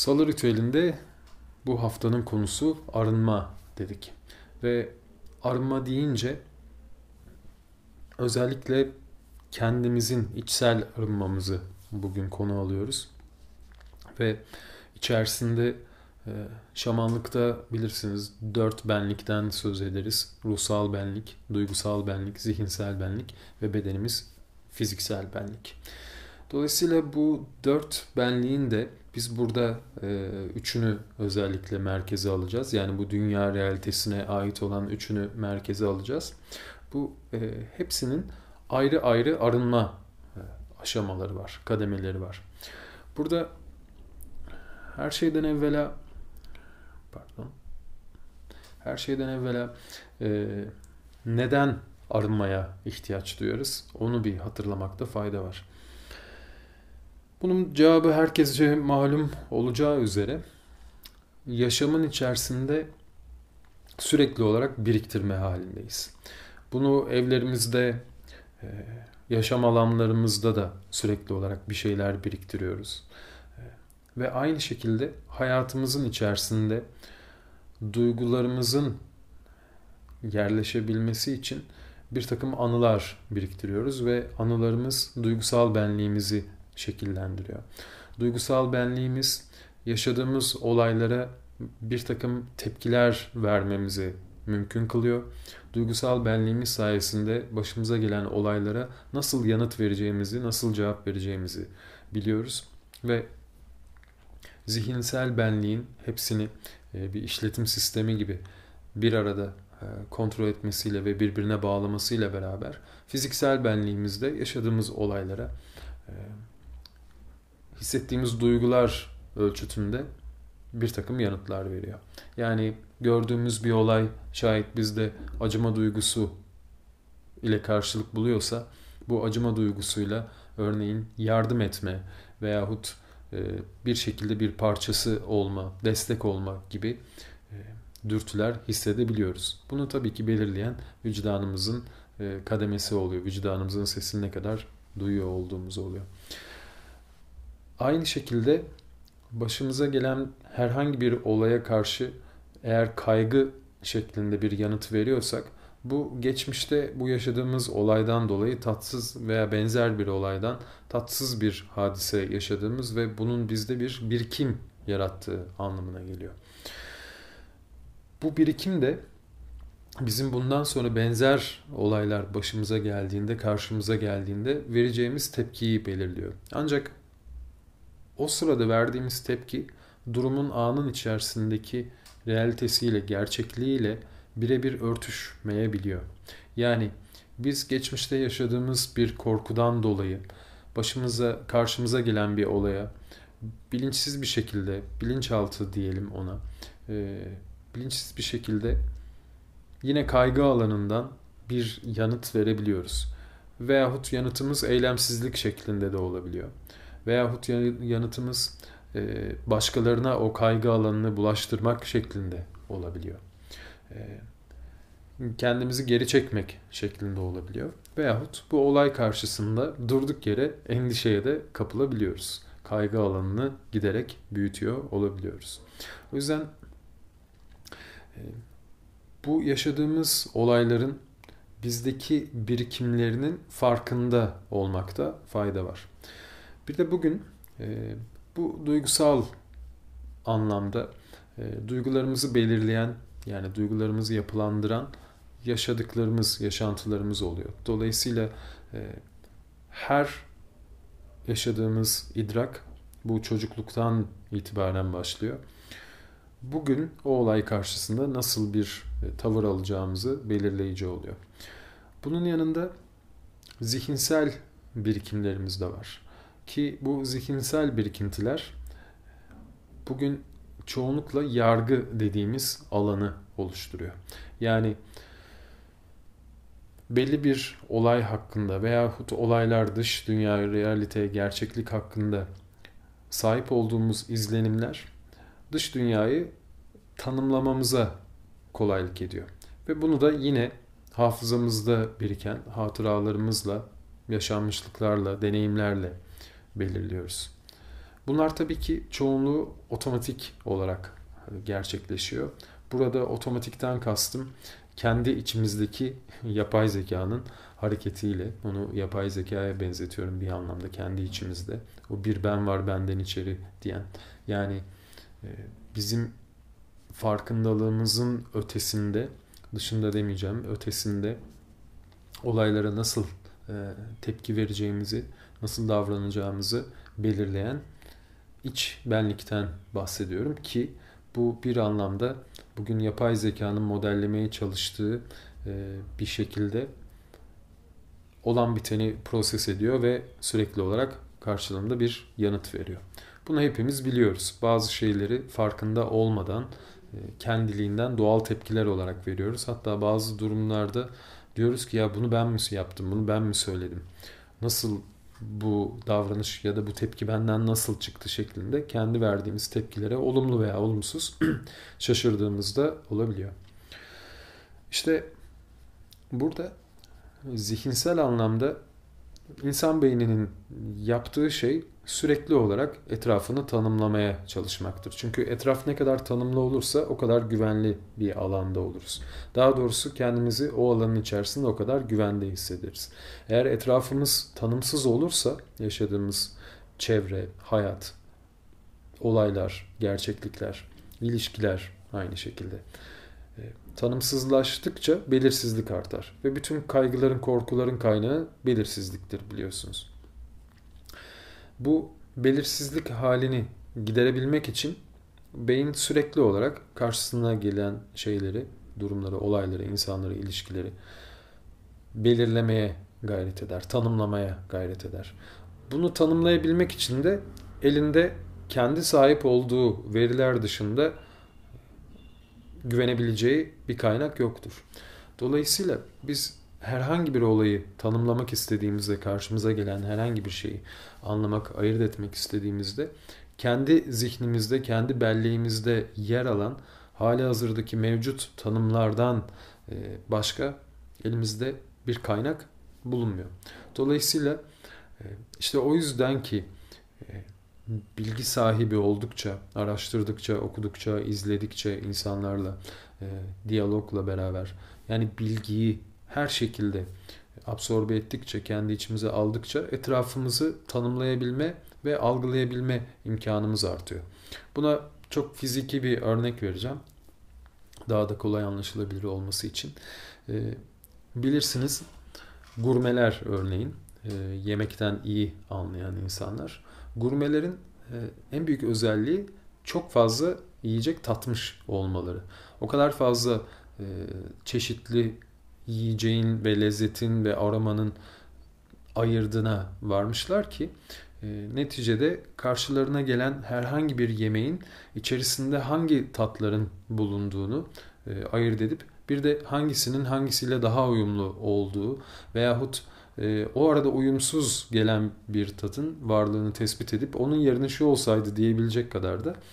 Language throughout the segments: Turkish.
Salı ritüelinde bu haftanın konusu arınma dedik. Ve arınma deyince özellikle kendimizin içsel arınmamızı bugün konu alıyoruz. Ve içerisinde şamanlıkta bilirsiniz 4 benlikten söz ederiz. Ruhsal benlik, duygusal benlik, zihinsel benlik ve bedenimiz fiziksel benlik. Dolayısıyla bu 4 benliğin de biz burada üçünü özellikle merkeze alacağız. Yani bu dünya realitesine ait olan üçünü merkeze alacağız. Bu hepsinin ayrı ayrı arınma aşamaları var, kademeleri var. Burada her şeyden evvela her şeyden evvela neden arınmaya ihtiyaç duyuyoruz? Onu bir hatırlamakta fayda var. Bunun cevabı herkesce malum olacağı üzere yaşamın içerisinde sürekli olarak biriktirme halindeyiz. Bunu evlerimizde, yaşam alanlarımızda da sürekli olarak bir şeyler biriktiriyoruz. Ve aynı şekilde hayatımızın içerisinde duygularımızın yerleşebilmesi için bir takım anılar biriktiriyoruz ve anılarımız duygusal benliğimizi şekillendiriyor. Duygusal benliğimiz yaşadığımız olaylara bir takım tepkiler vermemizi mümkün kılıyor. Duygusal benliğimiz sayesinde başımıza gelen olaylara nasıl yanıt vereceğimizi, nasıl cevap vereceğimizi biliyoruz ve zihinsel benliğin hepsini bir işletim sistemi gibi bir arada kontrol etmesiyle ve birbirine bağlamasıyla beraber fiziksel benliğimizde yaşadığımız olaylara hissettiğimiz duygular ölçütünde bir takım yanıtlar veriyor. Yani gördüğümüz bir olay şayet bizde acıma duygusu ile karşılık buluyorsa bu acıma duygusuyla örneğin yardım etme veyahut bir şekilde bir parçası olma, destek olma gibi dürtüler hissedebiliyoruz. Bunu tabii ki belirleyen vicdanımızın kademesi oluyor. Vicdanımızın sesini ne kadar duyuyor olduğumuz oluyor. Aynı şekilde başımıza gelen herhangi bir olaya karşı eğer kaygı şeklinde bir yanıt veriyorsak bu geçmişte bu yaşadığımız olaydan dolayı tatsız veya benzer bir olaydan tatsız bir hadise yaşadığımız ve bunun bizde bir birikim yarattığı anlamına geliyor. Bu birikim de bizim bundan sonra benzer olaylar başımıza geldiğinde, karşımıza geldiğinde vereceğimiz tepkiyi belirliyor. Ancak o sırada verdiğimiz tepki durumun anın içerisindeki realitesiyle, gerçekliğiyle birebir örtüşmeyebiliyor. Yani biz geçmişte yaşadığımız bir korkudan dolayı karşımıza gelen bir olaya bilinçsiz bir şekilde, bilinçaltı diyelim ona, bilinçsiz bir şekilde yine kaygı alanından bir yanıt verebiliyoruz. Veyahut yanıtımız eylemsizlik şeklinde de olabiliyor. Veyahut yanıtımız başkalarına o kaygı alanını bulaştırmak şeklinde olabiliyor. Kendimizi geri çekmek şeklinde olabiliyor. Veyahut bu olay karşısında durduk yere endişeye de kapılabiliyoruz. Kaygı alanını giderek büyütüyor olabiliyoruz. O yüzden bu yaşadığımız olayların bizdeki birikimlerinin farkında olmakta fayda var. Bir de bugün bu duygusal anlamda duygularımızı belirleyen, yani duygularımızı yapılandıran yaşadıklarımız, yaşantılarımız oluyor. Dolayısıyla her yaşadığımız idrak bu çocukluktan itibaren başlıyor. Bugün o olay karşısında nasıl bir tavır alacağımızı belirleyici oluyor. Bunun yanında zihinsel birikimlerimiz de var. Ki bu zihinsel birikintiler bugün çoğunlukla yargı dediğimiz alanı oluşturuyor. Yani belli bir olay hakkında veyahut olaylar dış dünya, realite, gerçeklik hakkında sahip olduğumuz izlenimler dış dünyayı tanımlamamıza kolaylık ediyor. Ve bunu da yine hafızamızda biriken hatıralarımızla, yaşanmışlıklarla, deneyimlerle belirliyoruz. Bunlar tabii ki çoğunluğu otomatik olarak gerçekleşiyor. Burada otomatikten kastım kendi içimizdeki yapay zekanın hareketiyle, onu yapay zekaya benzetiyorum bir anlamda kendi içimizde. O bir ben var benden içeri diyen. Yani e, bizim farkındalığımızın ötesinde, dışında demeyeceğim, ötesinde olaylara nasıl e, tepki vereceğimizi, nasıl davranacağımızı belirleyen iç benlikten bahsediyorum ki bu bir anlamda bugün yapay zekanın modellemeye çalıştığı bir şekilde olan biteni proses ediyor ve sürekli olarak karşılığında bir yanıt veriyor. Bunu hepimiz biliyoruz. Bazı şeyleri farkında olmadan kendiliğinden doğal tepkiler olarak veriyoruz. Hatta bazı durumlarda diyoruz ki ya bunu ben mi yaptım, bunu ben mi söyledim? Nasıl bu davranış ya da bu tepki benden nasıl çıktı şeklinde kendi verdiğimiz tepkilere olumlu veya olumsuz şaşırdığımızda olabiliyor. İşte burada zihinsel anlamda insan beyninin yaptığı şey sürekli olarak etrafını tanımlamaya çalışmaktır. Çünkü etraf ne kadar tanımlı olursa o kadar güvenli bir alanda oluruz. Daha doğrusu kendimizi o alanın içerisinde o kadar güvende hissederiz. Eğer etrafımız tanımsız olursa yaşadığımız çevre, hayat, olaylar, gerçeklikler, ilişkiler aynı şekilde tanımsızlaştıkça belirsizlik artar. Ve bütün kaygıların, korkuların kaynağı belirsizliktir biliyorsunuz. Bu belirsizlik halini giderebilmek için beyin sürekli olarak karşısına gelen şeyleri, durumları, olayları, insanları, ilişkileri belirlemeye gayret eder, tanımlamaya gayret eder. Bunu tanımlayabilmek için de elinde kendi sahip olduğu veriler dışında güvenebileceği bir kaynak yoktur. Dolayısıyla biz herhangi bir olayı tanımlamak istediğimizde, karşımıza gelen herhangi bir şeyi anlamak, ayırt etmek istediğimizde kendi zihnimizde, kendi belleğimizde yer alan halihazırdaki mevcut tanımlardan başka elimizde bir kaynak bulunmuyor. Dolayısıyla işte o yüzden ki bilgi sahibi oldukça, araştırdıkça, okudukça, izledikçe insanlarla, diyalogla beraber yani bilgiyi her şekilde absorbe ettikçe, kendi içimize aldıkça etrafımızı tanımlayabilme ve algılayabilme imkanımız artıyor. Buna çok fiziki bir örnek vereceğim. Daha da kolay anlaşılabilir olması için. Bilirsiniz gurmeler örneğin, yemekten iyi anlayan insanlar. Gurmelerin en büyük özelliği çok fazla yiyecek tatmış olmaları. O kadar fazla çeşitli yiyeceğin ve lezzetin ve aromanın ayırdığına varmışlar ki neticede karşılarına gelen herhangi bir yemeğin içerisinde hangi tatların bulunduğunu ayırt edip bir de hangisinin hangisiyle daha uyumlu olduğu veyahut o arada uyumsuz gelen bir tadın varlığını tespit edip onun yerine şu olsaydı diyebilecek kadar da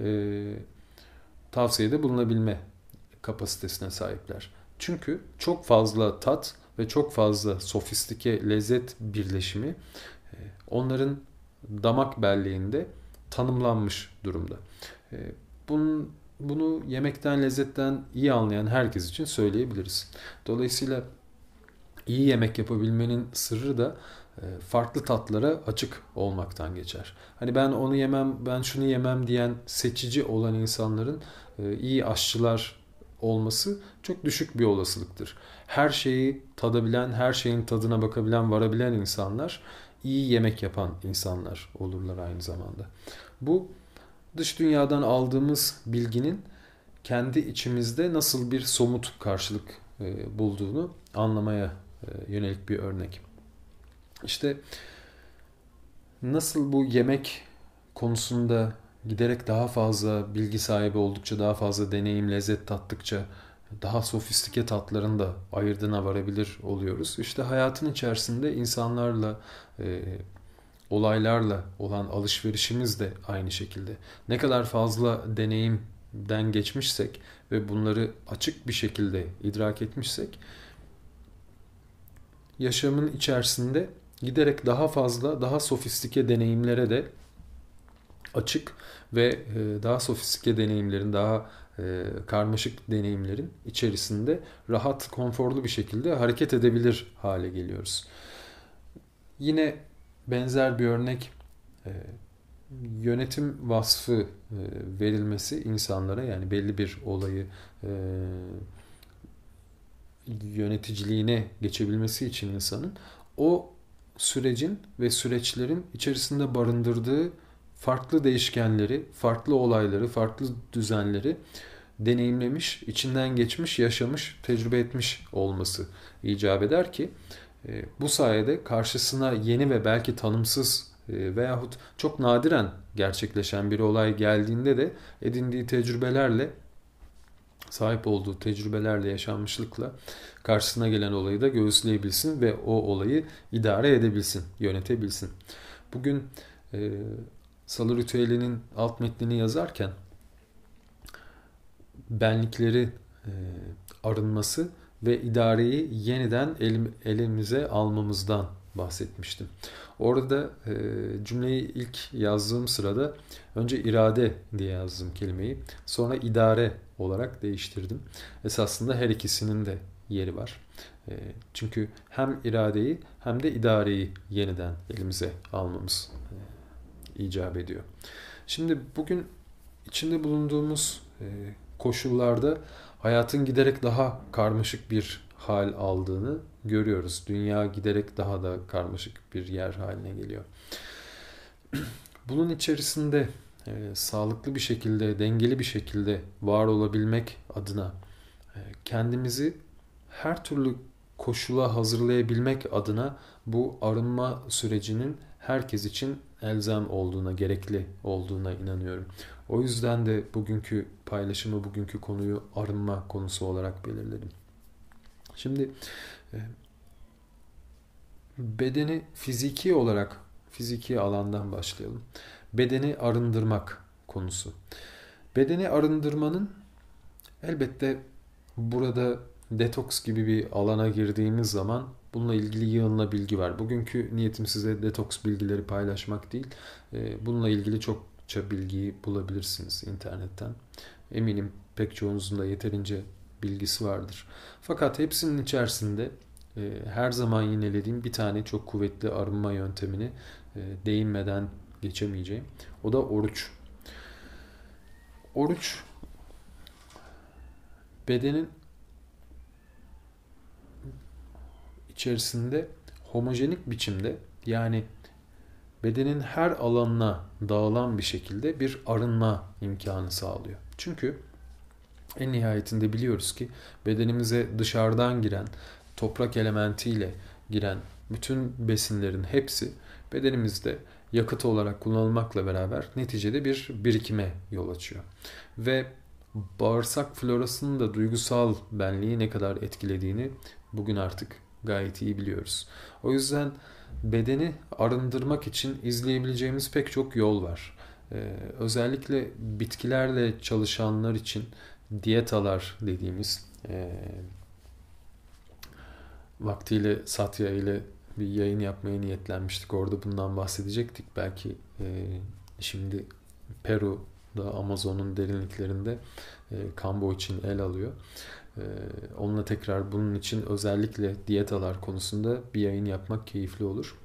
tavsiyede bulunabilme kapasitesine sahipler. Çünkü çok fazla tat ve çok fazla sofistike lezzet birleşimi onların damak belleğinde tanımlanmış durumda. Bunu yemekten, lezzetten iyi anlayan herkes için söyleyebiliriz. Dolayısıyla iyi yemek yapabilmenin sırrı da farklı tatlara açık olmaktan geçer. Hani ben onu yemem, ben şunu yemem diyen seçici olan insanların iyi aşçılar olması çok düşük bir olasılıktır. Her şeyi tadabilen, her şeyin tadına bakabilen, varabilen insanlar iyi yemek yapan insanlar olurlar aynı zamanda. Bu dış dünyadan aldığımız bilginin kendi içimizde nasıl bir somut karşılık bulduğunu anlamaya yönelik bir örnek. İşte nasıl bu yemek konusunda giderek daha fazla bilgi sahibi oldukça, daha fazla deneyim, lezzet tattıkça daha sofistike tatların da ayırdığına varabilir oluyoruz. İşte hayatın içerisinde insanlarla, olaylarla olan alışverişimiz de aynı şekilde. Ne kadar fazla deneyimden geçmişsek ve bunları açık bir şekilde idrak etmişsek yaşamın içerisinde giderek daha fazla, daha sofistike deneyimlere de açık ve daha sofistike deneyimlerin, daha karmaşık deneyimlerin içerisinde rahat, konforlu bir şekilde hareket edebilir hale geliyoruz. Yine benzer bir örnek, yönetim vasfı verilmesi insanlara, yani belli bir olayı yöneticiliğine geçebilmesi için insanın o sürecin ve süreçlerin içerisinde barındırdığı farklı değişkenleri, farklı olayları, farklı düzenleri deneyimlemiş, içinden geçmiş, yaşamış, tecrübe etmiş olması icap eder ki bu sayede karşısına yeni ve belki tanımsız veyahut çok nadiren gerçekleşen bir olay geldiğinde de edindiği tecrübelerle, sahip olduğu tecrübelerle, yaşanmışlıkla karşısına gelen olayı da göğüsleyebilsin ve o olayı idare edebilsin, yönetebilsin. Bugün Salı Ritüeli'nin alt metnini yazarken benlikleri arınması ve idareyi yeniden elimize almamızdan bahsetmiştim. Orada cümleyi ilk yazdığım sırada önce irade diye yazdım kelimeyi. Sonra idare olarak değiştirdim. Esasında her ikisinin de yeri var. Çünkü hem iradeyi hem de idareyi yeniden elimize almamız icap ediyor. Şimdi bugün içinde bulunduğumuz koşullarda hayatın giderek daha karmaşık bir hal aldığını görüyoruz. Dünya giderek daha da karmaşık bir yer haline geliyor. Bunun içerisinde sağlıklı bir şekilde, dengeli bir şekilde var olabilmek adına kendimizi her türlü koşula hazırlayabilmek adına bu arınma sürecinin herkes için elzem olduğuna, gerekli olduğuna inanıyorum. O yüzden de bugünkü paylaşımı, bugünkü konuyu arınma konusu olarak belirledim. Şimdi bedeni fiziki olarak, fiziki alandan başlayalım. Bedeni arındırmak konusu. Bedeni arındırmanın elbette burada detoks gibi bir alana girdiğimiz zaman bununla ilgili yığınla bilgi var. Bugünkü niyetim size detoks bilgileri paylaşmak değil. Bununla ilgili çokça bilgiyi bulabilirsiniz internetten. Eminim pek çoğunuzun da yeterince bilgisi vardır. Fakat hepsinin içerisinde her zaman yinelediğim bir tane çok kuvvetli arınma yöntemini değinmeden geçemeyeceğim. O da oruç. Oruç bedenin içerisinde homojenik biçimde, yani bedenin her alanına dağılan bir şekilde bir arınma imkanı sağlıyor. Çünkü en nihayetinde biliyoruz ki bedenimize dışarıdan giren, toprak elementiyle giren bütün besinlerin hepsi bedenimizde yakıt olarak kullanılmakla beraber neticede bir birikime yol açıyor. Ve bağırsak florasının da duygusal benliği ne kadar etkilediğini bugün artık gayet iyi biliyoruz. O yüzden bedeni arındırmak için izleyebileceğimiz pek çok yol var. Özellikle bitkilerle çalışanlar için diyetalar dediğimiz, vaktiyle Satya ile bir yayın yapmaya niyetlenmiştik. Orada bundan bahsedecektik. Belki şimdi Peru'da, Amazon'un derinliklerinde kambo için el alıyor. Onunla tekrar bunun için özellikle diyetalar konusunda bir yayın yapmak keyifli olur.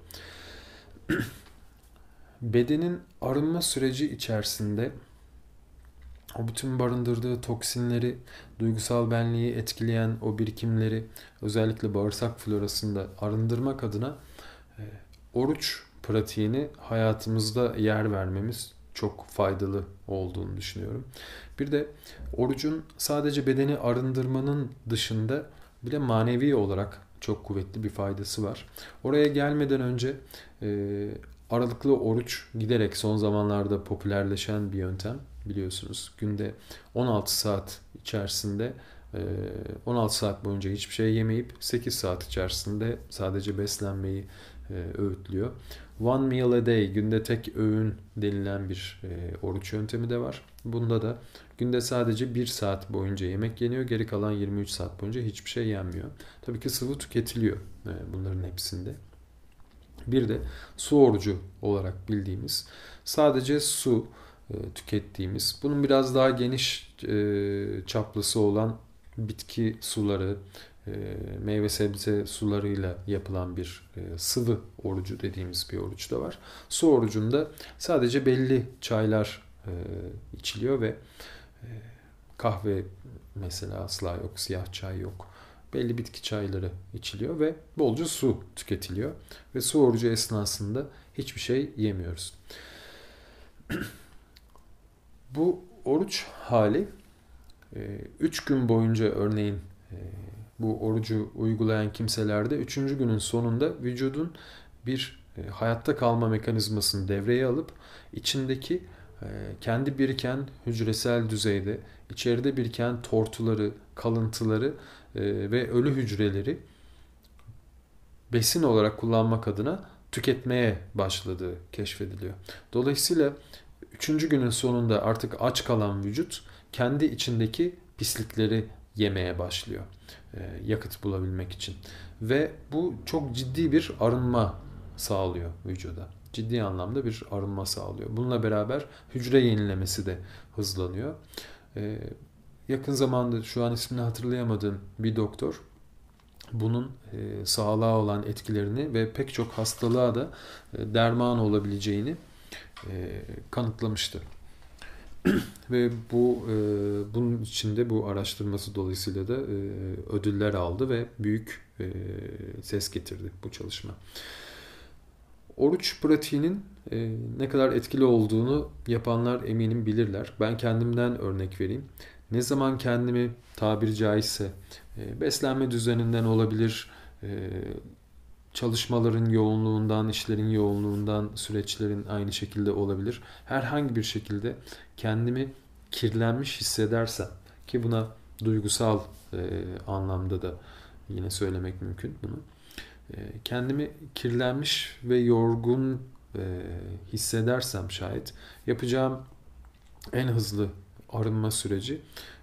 Bedenin arınma süreci içerisinde o bütün barındırdığı toksinleri, duygusal benliği etkileyen o birikimleri özellikle bağırsak florasında arındırmak adına oruç pratiğini hayatımızda yer vermemiz çok faydalı olduğunu düşünüyorum. Bir de orucun sadece bedeni arındırmanın dışında bile manevi olarak çok kuvvetli bir faydası var. Oraya gelmeden önce aralıklı oruç giderek son zamanlarda popülerleşen bir yöntem, biliyorsunuz. Günde 16 saat içerisinde 16 saat boyunca hiçbir şey yemeyip 8 saat içerisinde sadece beslenmeyi öğütlüyor. One meal a day, günde tek öğün denilen bir oruç yöntemi de var. Bunda da günde sadece 1 saat boyunca yemek yeniyor. Geri kalan 23 saat boyunca hiçbir şey yenmiyor. Tabii ki sıvı tüketiliyor bunların hepsinde. Bir de su orucu olarak bildiğimiz sadece su tükettiğimiz, bunun biraz daha geniş çaplısı olan bitki suları, meyve sebze sularıyla yapılan bir sıvı orucu dediğimiz bir oruç da var. Su orucunda sadece belli çaylar içiliyor ve kahve mesela asla yok, siyah çay yok. Belli bitki çayları içiliyor ve bolca su tüketiliyor. Ve su orucu esnasında hiçbir şey yemiyoruz. Bu oruç hali 3 gün boyunca örneğin bu orucu uygulayan kimselerde 3. günün sonunda vücudun bir hayatta kalma mekanizmasını devreye alıp içindeki kendi biriken hücresel düzeyde içeride biriken tortuları, kalıntıları ve ölü hücreleri besin olarak kullanmak adına tüketmeye başladığı keşfediliyor. Dolayısıyla 3. günün sonunda artık aç kalan vücut kendi içindeki pislikleri yemeye başlıyor yakıt bulabilmek için. Ve bu çok ciddi bir arınma sağlıyor vücuda. Ciddi anlamda bir arınma sağlıyor. Bununla beraber hücre yenilemesi de hızlanıyor. Yakın zamanda şu an ismini hatırlayamadığım bir doktor bunun sağlığa olan etkilerini ve pek çok hastalığa da derman olabileceğini kanıtlamıştı. Ve bunun içinde bu araştırması dolayısıyla da ödüller aldı ve büyük ses getirdi bu çalışma. Oruç pratiğinin ne kadar etkili olduğunu yapanlar eminim bilirler. Ben kendimden örnek vereyim. Ne zaman kendimi tabiri caizse beslenme düzeninden olabilir, çalışmaların yoğunluğundan, işlerin yoğunluğundan, süreçlerin aynı şekilde olabilir. Herhangi bir şekilde kendimi kirlenmiş hissedersem, ki buna duygusal anlamda da yine söylemek mümkün bunu. Kendimi kirlenmiş ve yorgun hissedersem şayet yapacağım en hızlı arınma süreci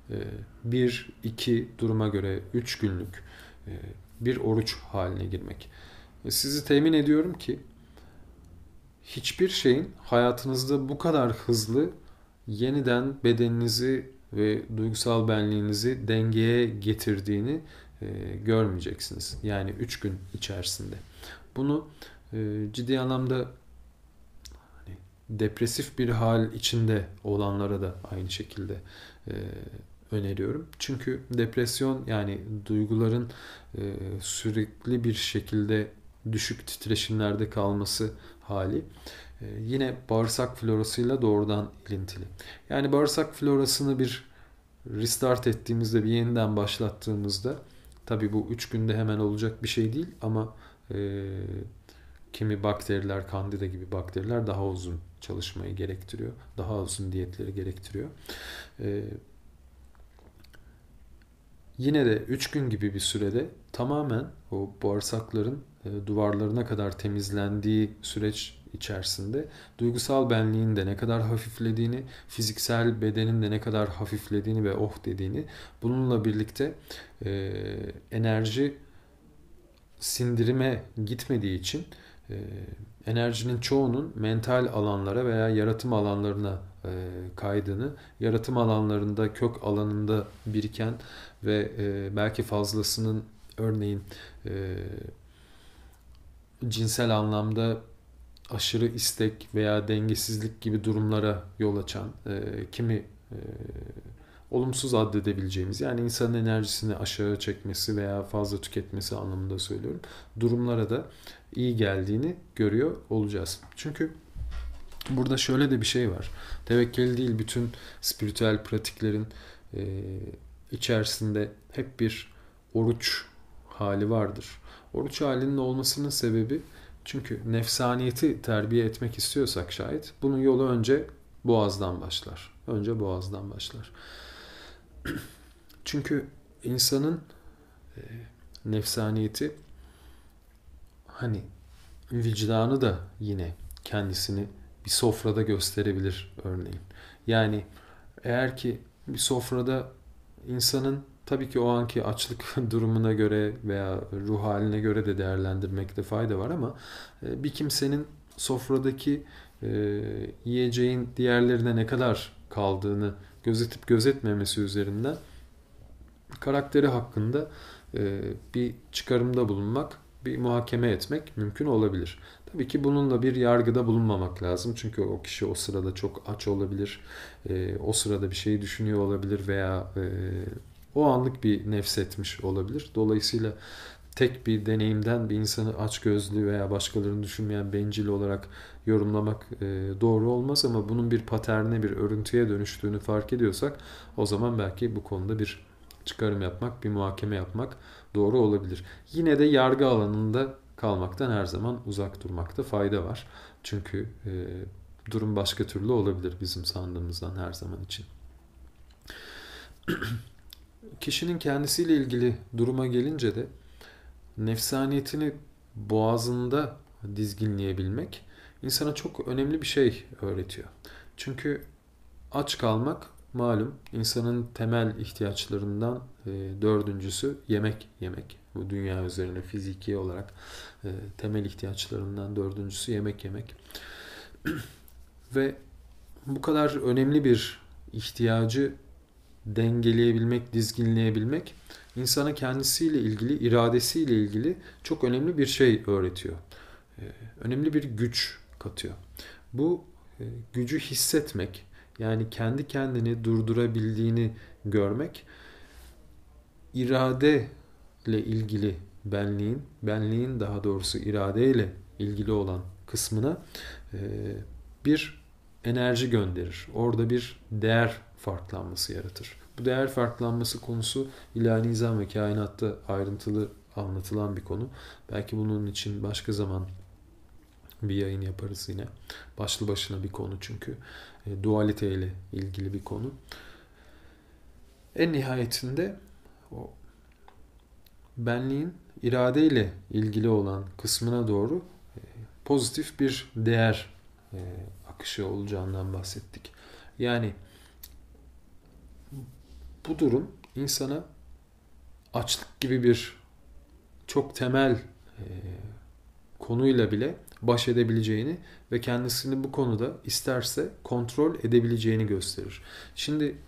1-2 duruma göre 3 günlük bir oruç haline girmek. Sizi temin ediyorum ki hiçbir şeyin hayatınızda bu kadar hızlı yeniden bedeninizi ve duygusal benliğinizi dengeye getirdiğini görmeyeceksiniz. Yani 3 gün içerisinde. Bunu ciddi anlamda depresif bir hal içinde olanlara da aynı şekilde öneriyorum. Çünkü depresyon yani duyguların sürekli bir şekilde düşük titreşimlerde kalması hali yine bağırsak florasıyla doğrudan ilintili. Yani bağırsak florasını bir restart ettiğimizde, bir yeniden başlattığımızda tabii bu 3 günde hemen olacak bir şey değil ama kimi bakteriler, Candida gibi bakteriler daha uzun çalışmayı gerektiriyor. Daha uzun diyetleri gerektiriyor. Yine de 3 gün gibi bir sürede tamamen o bağırsakların duvarlarına kadar temizlendiği süreç içerisinde duygusal benliğin de ne kadar hafiflediğini, fiziksel bedenin de ne kadar hafiflediğini ve oh dediğini, bununla birlikte enerji sindirime gitmediği için enerjinin çoğunun mental alanlara veya yaratım alanlarına kaydığını, yaratım alanlarında kök alanında biriken ve belki fazlasının örneğin cinsel anlamda aşırı istek veya dengesizlik gibi durumlara yol açan kimi olumsuz addedebileceğimiz, yani insanın enerjisini aşağı çekmesi veya fazla tüketmesi anlamında söylüyorum, durumlara da iyi geldiğini görüyor olacağız. Çünkü burada şöyle de bir şey var. Tevekkül değil, bütün spiritüel pratiklerin içerisinde hep bir oruç hali vardır. Oruç halinin olmasının sebebi, çünkü nefsaniyeti terbiye etmek istiyorsak şayet bunun yolu önce boğazdan başlar. Önce boğazdan başlar. Çünkü insanın nefsaniyeti hani vicdanı da yine kendisini bir sofrada gösterebilir örneğin. Yani eğer ki bir sofrada insanın tabii ki o anki açlık durumuna göre veya ruh haline göre de değerlendirmekte fayda var ama bir kimsenin sofradaki yiyeceğin diğerlerine ne kadar kaldığını gözetip gözetmemesi üzerinden karakteri hakkında bir çıkarımda bulunmak, bir muhakeme etmek mümkün olabilir. Tabii ki bununla bir yargıda bulunmamak lazım. Çünkü o kişi o sırada çok aç olabilir, o sırada bir şeyi düşünüyor olabilir veya o anlık bir nefsetmiş olabilir. Dolayısıyla tek bir deneyimden bir insanı açgözlü veya başkalarını düşünmeyen bencil olarak yorumlamak doğru olmaz, ama bunun bir paterne, bir örüntüye dönüştüğünü fark ediyorsak o zaman belki bu konuda bir çıkarım yapmak, bir muhakeme yapmak doğru olabilir. Yine de yargı alanında kalmaktan her zaman uzak durmakta fayda var. Çünkü durum başka türlü olabilir bizim sandığımızdan her zaman için. Kişinin kendisiyle ilgili duruma gelince de nefsaniyetini boğazında dizginleyebilmek insana çok önemli bir şey öğretiyor. Çünkü aç kalmak malum insanın temel ihtiyaçlarından dördüncüsü yemek yemek. Bu dünya üzerine fiziki olarak temel ihtiyaçlarından dördüncüsü yemek yemek. Ve bu kadar önemli bir ihtiyacı dengeleyebilmek, dizginleyebilmek insana kendisiyle ilgili, iradesiyle ilgili çok önemli bir şey öğretiyor. Önemli bir güç katıyor. Bu gücü hissetmek, yani kendi kendini durdurabildiğini görmek, irade ile ilgili benliğin daha doğrusu iradeyle ilgili olan kısmına bir enerji gönderir. Orada bir değer farklanması yaratır. Bu değer farklanması konusu ilahi nizam ve kainatta ayrıntılı anlatılan bir konu. Belki bunun için başka zaman bir yayın yaparız yine. Başlı başına bir konu çünkü. Dualite ile ilgili bir konu. En nihayetinde o benliğin iradeyle ilgili olan kısmına doğru pozitif bir değer akışı olacağından bahsettik. Yani bu durum insana açlık gibi bir çok temel konuyla bile baş edebileceğini ve kendisini bu konuda isterse kontrol edebileceğini gösterir. Şimdi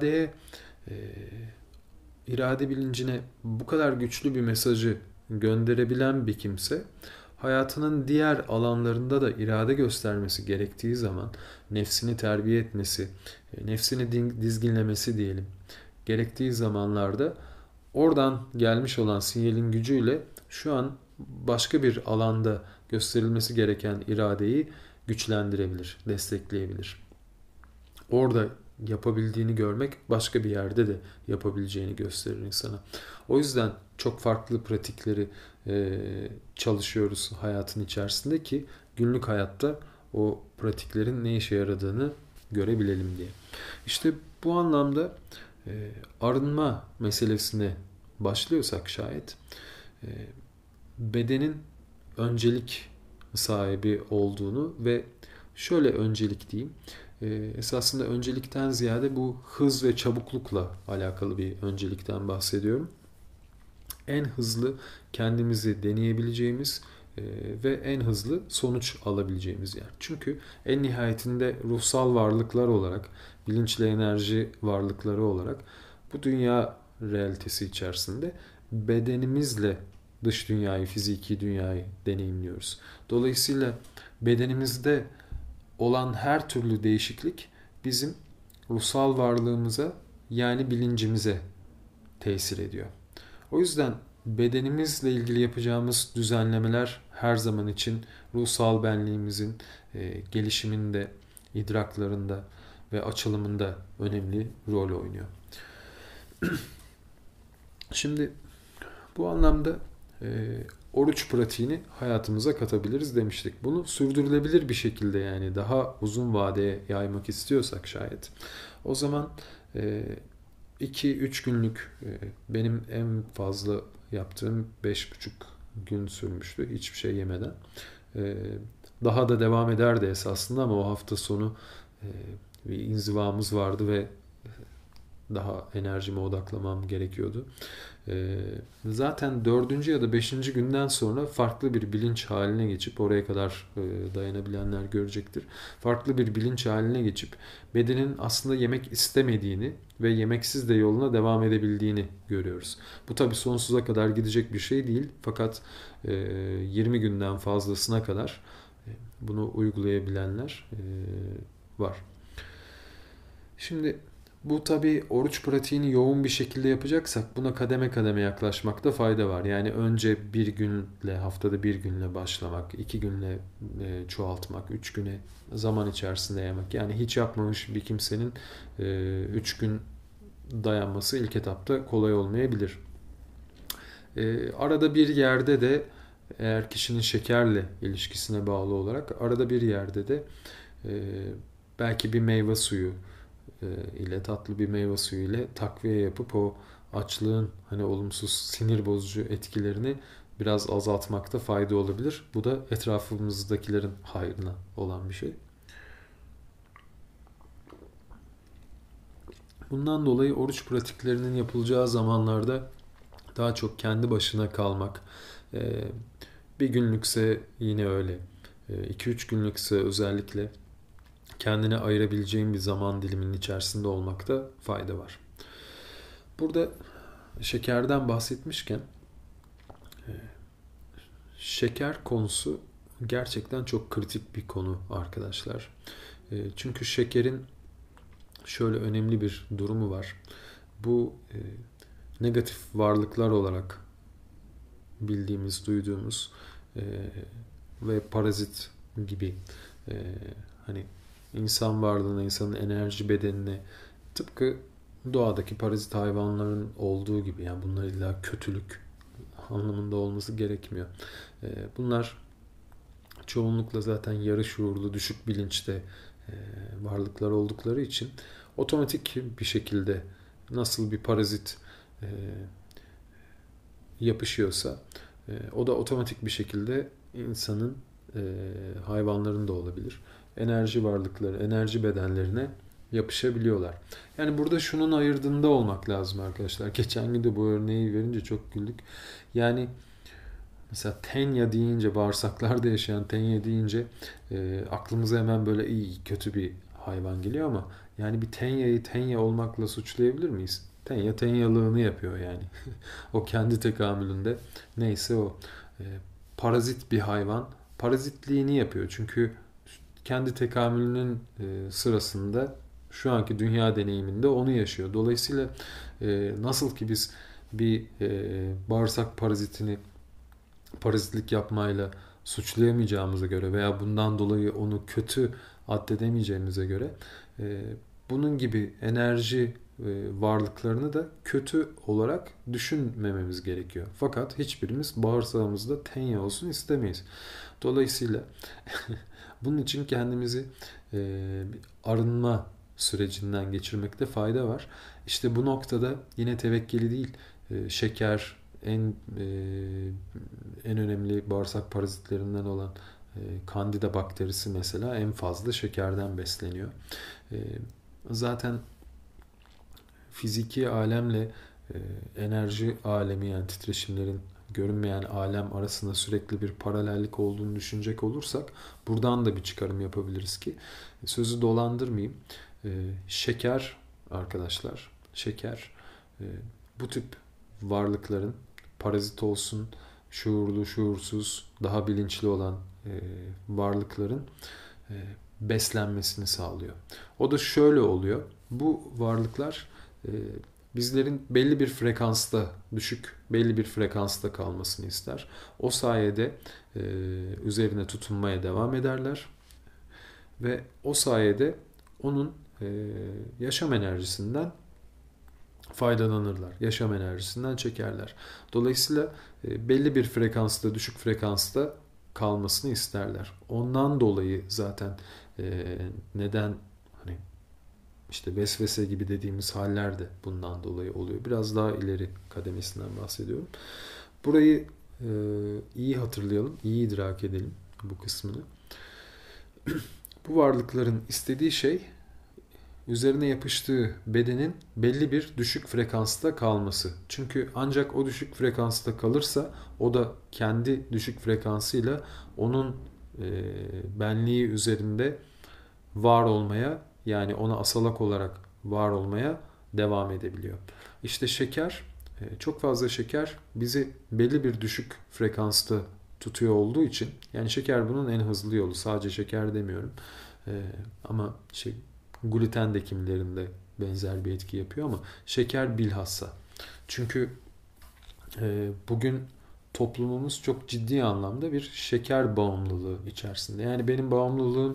irade bilincine bu kadar güçlü bir mesajı gönderebilen bir kimse, hayatının diğer alanlarında da irade göstermesi gerektiği zaman, nefsini terbiye etmesi, nefsini dizginlemesi diyelim, gerektiği zamanlarda oradan gelmiş olan sinyalin gücüyle şu an başka bir alanda gösterilmesi gereken iradeyi güçlendirebilir, destekleyebilir. Orada yapabildiğini görmek başka bir yerde de yapabileceğini gösterir insana. O yüzden çok farklı pratikleri çalışıyoruz hayatın içerisinde ki günlük hayatta o pratiklerin ne işe yaradığını görebilelim diye. İşte bu anlamda arınma meselesine başlıyorsak şayet bedenin öncelik sahibi olduğunu ve şöyle öncelik diyeyim, esasında öncelikten ziyade bu hız ve çabuklukla alakalı bir öncelikten bahsediyorum. En hızlı kendimizi deneyebileceğimiz ve en hızlı sonuç alabileceğimiz yer. Çünkü en nihayetinde ruhsal varlıklar olarak, bilinçli enerji varlıkları olarak bu dünya realitesi içerisinde bedenimizle dış dünyayı, fiziki dünyayı deneyimliyoruz. Dolayısıyla bedenimizde olan her türlü değişiklik bizim ruhsal varlığımıza, yani bilincimize tesir ediyor. O yüzden bedenimizle ilgili yapacağımız düzenlemeler her zaman için ruhsal benliğimizin gelişiminde, idraklarında ve açılımında önemli rol oynuyor. Şimdi bu anlamda oruç pratiğini hayatımıza katabiliriz demiştik. Bunu sürdürülebilir bir şekilde, yani daha uzun vadeye yaymak istiyorsak şayet, o zaman 2-3 günlük, benim en fazla yaptığım 5,5 gün sürmüştü hiçbir şey yemeden. Daha da devam ederdi esasında ama o hafta sonu bir inzivamız vardı ve daha enerjime odaklamam gerekiyordu. Zaten 4. ya da 5. günden sonra farklı bir bilinç haline geçip, oraya kadar dayanabilenler görecektir. Farklı bir bilinç haline geçip bedenin aslında yemek istemediğini ve yemeksiz de yoluna devam edebildiğini görüyoruz. Bu tabii sonsuza kadar gidecek bir şey değil. Fakat 20 günden fazlasına kadar bunu uygulayabilenler var. Şimdi bu tabii oruç pratiğini yoğun bir şekilde yapacaksak buna kademe kademe yaklaşmakta fayda var. Yani önce bir günle, haftada bir günle başlamak, 2 günle çoğaltmak, 3 güne zaman içerisinde yemek. Yani hiç yapmamış bir kimsenin 3 gün dayanması ilk etapta kolay olmayabilir. Arada bir yerde de, eğer kişinin şekerle ilişkisine bağlı olarak, arada bir yerde de belki bir meyve suyu ile, tatlı bir meyve suyu ile takviye yapıp o açlığın hani olumsuz, sinir bozucu etkilerini biraz azaltmakta fayda olabilir. Bu da etrafımızdakilerin hayrına olan bir şey. Bundan dolayı oruç pratiklerinin yapılacağı zamanlarda daha çok kendi başına kalmak, bir günlükse yine öyle, 2-3 günlükse özellikle kendine ayırabileceğin bir zaman diliminin içerisinde olmakta fayda var. Burada şekerden bahsetmişken, şeker konusu gerçekten çok kritik bir konu arkadaşlar. Çünkü şekerin şöyle önemli bir durumu var. Bu negatif varlıklar olarak bildiğimiz, duyduğumuz ve parazit gibi, hani insan varlığına, insanın enerji bedenine, tıpkı doğadaki parazit hayvanların olduğu gibi, yani bunlar illa kötülük anlamında olması gerekmiyor. Bunlar çoğunlukla zaten yarı şuurlu, düşük bilinçte varlıklar oldukları için otomatik bir şekilde nasıl bir parazit yapışıyorsa o da otomatik bir şekilde insanın, hayvanların da olabilir, enerji varlıkları, enerji bedenlerine yapışabiliyorlar. Yani burada şunun ayırdığında olmak lazım arkadaşlar. Geçen gün de bu örneği verince çok güldük. Yani mesela tenya deyince, bağırsaklarda yaşayan tenya deyince aklımıza hemen böyle iyi, kötü bir hayvan geliyor ama yani bir tenyayı tenya olmakla suçlayabilir miyiz? Tenya tenyalığını yapıyor yani. O kendi tekamülünde neyse o. Parazit bir hayvan parazitliğini yapıyor. Çünkü kendi tekamülünün sırasında şu anki dünya deneyiminde onu yaşıyor. Dolayısıyla nasıl ki biz bir bağırsak parazitini parazitlik yapmayla suçlayamayacağımıza göre veya bundan dolayı onu kötü addedemeyeceğimize göre, bunun gibi enerji varlıklarını da kötü olarak düşünmememiz gerekiyor. Fakat hiçbirimiz bağırsağımızda tenya olsun istemeyiz. Dolayısıyla bunun için kendimizi bir arınma sürecinden geçirmekte fayda var. İşte bu noktada yine tevekkeli değil, şeker en önemli bağırsak parazitlerinden olan Candida bakterisi mesela en fazla şekerden besleniyor. Zaten fiziki alemle enerji alemi, yani titreşimlerin görünmeyen alem arasında sürekli bir paralellik olduğunu düşünecek olursak buradan da bir çıkarım yapabiliriz ki, sözü dolandırmayayım. Şeker arkadaşlar, şeker bu tip varlıkların, parazit olsun, şuurlu, şuursuz, daha bilinçli olan varlıkların beslenmesini sağlıyor. O da şöyle oluyor. Bu varlıklar bizlerin belli bir frekansta, düşük belli bir frekansta kalmasını ister. O sayede üzerine tutunmaya devam ederler ve o sayede onun yaşam enerjisinden faydalanırlar. Yaşam enerjisinden çekerler. Dolayısıyla belli bir frekansta, düşük frekansta kalmasını isterler. Ondan dolayı zaten neden hani işte vesvese gibi dediğimiz haller de bundan dolayı oluyor. Biraz daha ileri kademesinden bahsediyorum. Burayı iyi hatırlayalım, iyi idrak edelim bu kısmını. Bu varlıkların istediği şey üzerine yapıştığı bedenin belli bir düşük frekansta kalması. Çünkü ancak o düşük frekansta kalırsa o da kendi düşük frekansıyla onun benliği üzerinde var olmaya, yani ona asalak olarak var olmaya devam edebiliyor. İşte şeker, çok fazla şeker bizi belli bir düşük frekansta tutuyor olduğu için, yani şeker bunun en hızlı yolu. Sadece şeker demiyorum. Ama gluten de kimilerinde benzer bir etki yapıyor ama şeker bilhassa. Çünkü bugün toplumumuz çok ciddi anlamda bir şeker bağımlılığı içerisinde. Yani benim bağımlılığım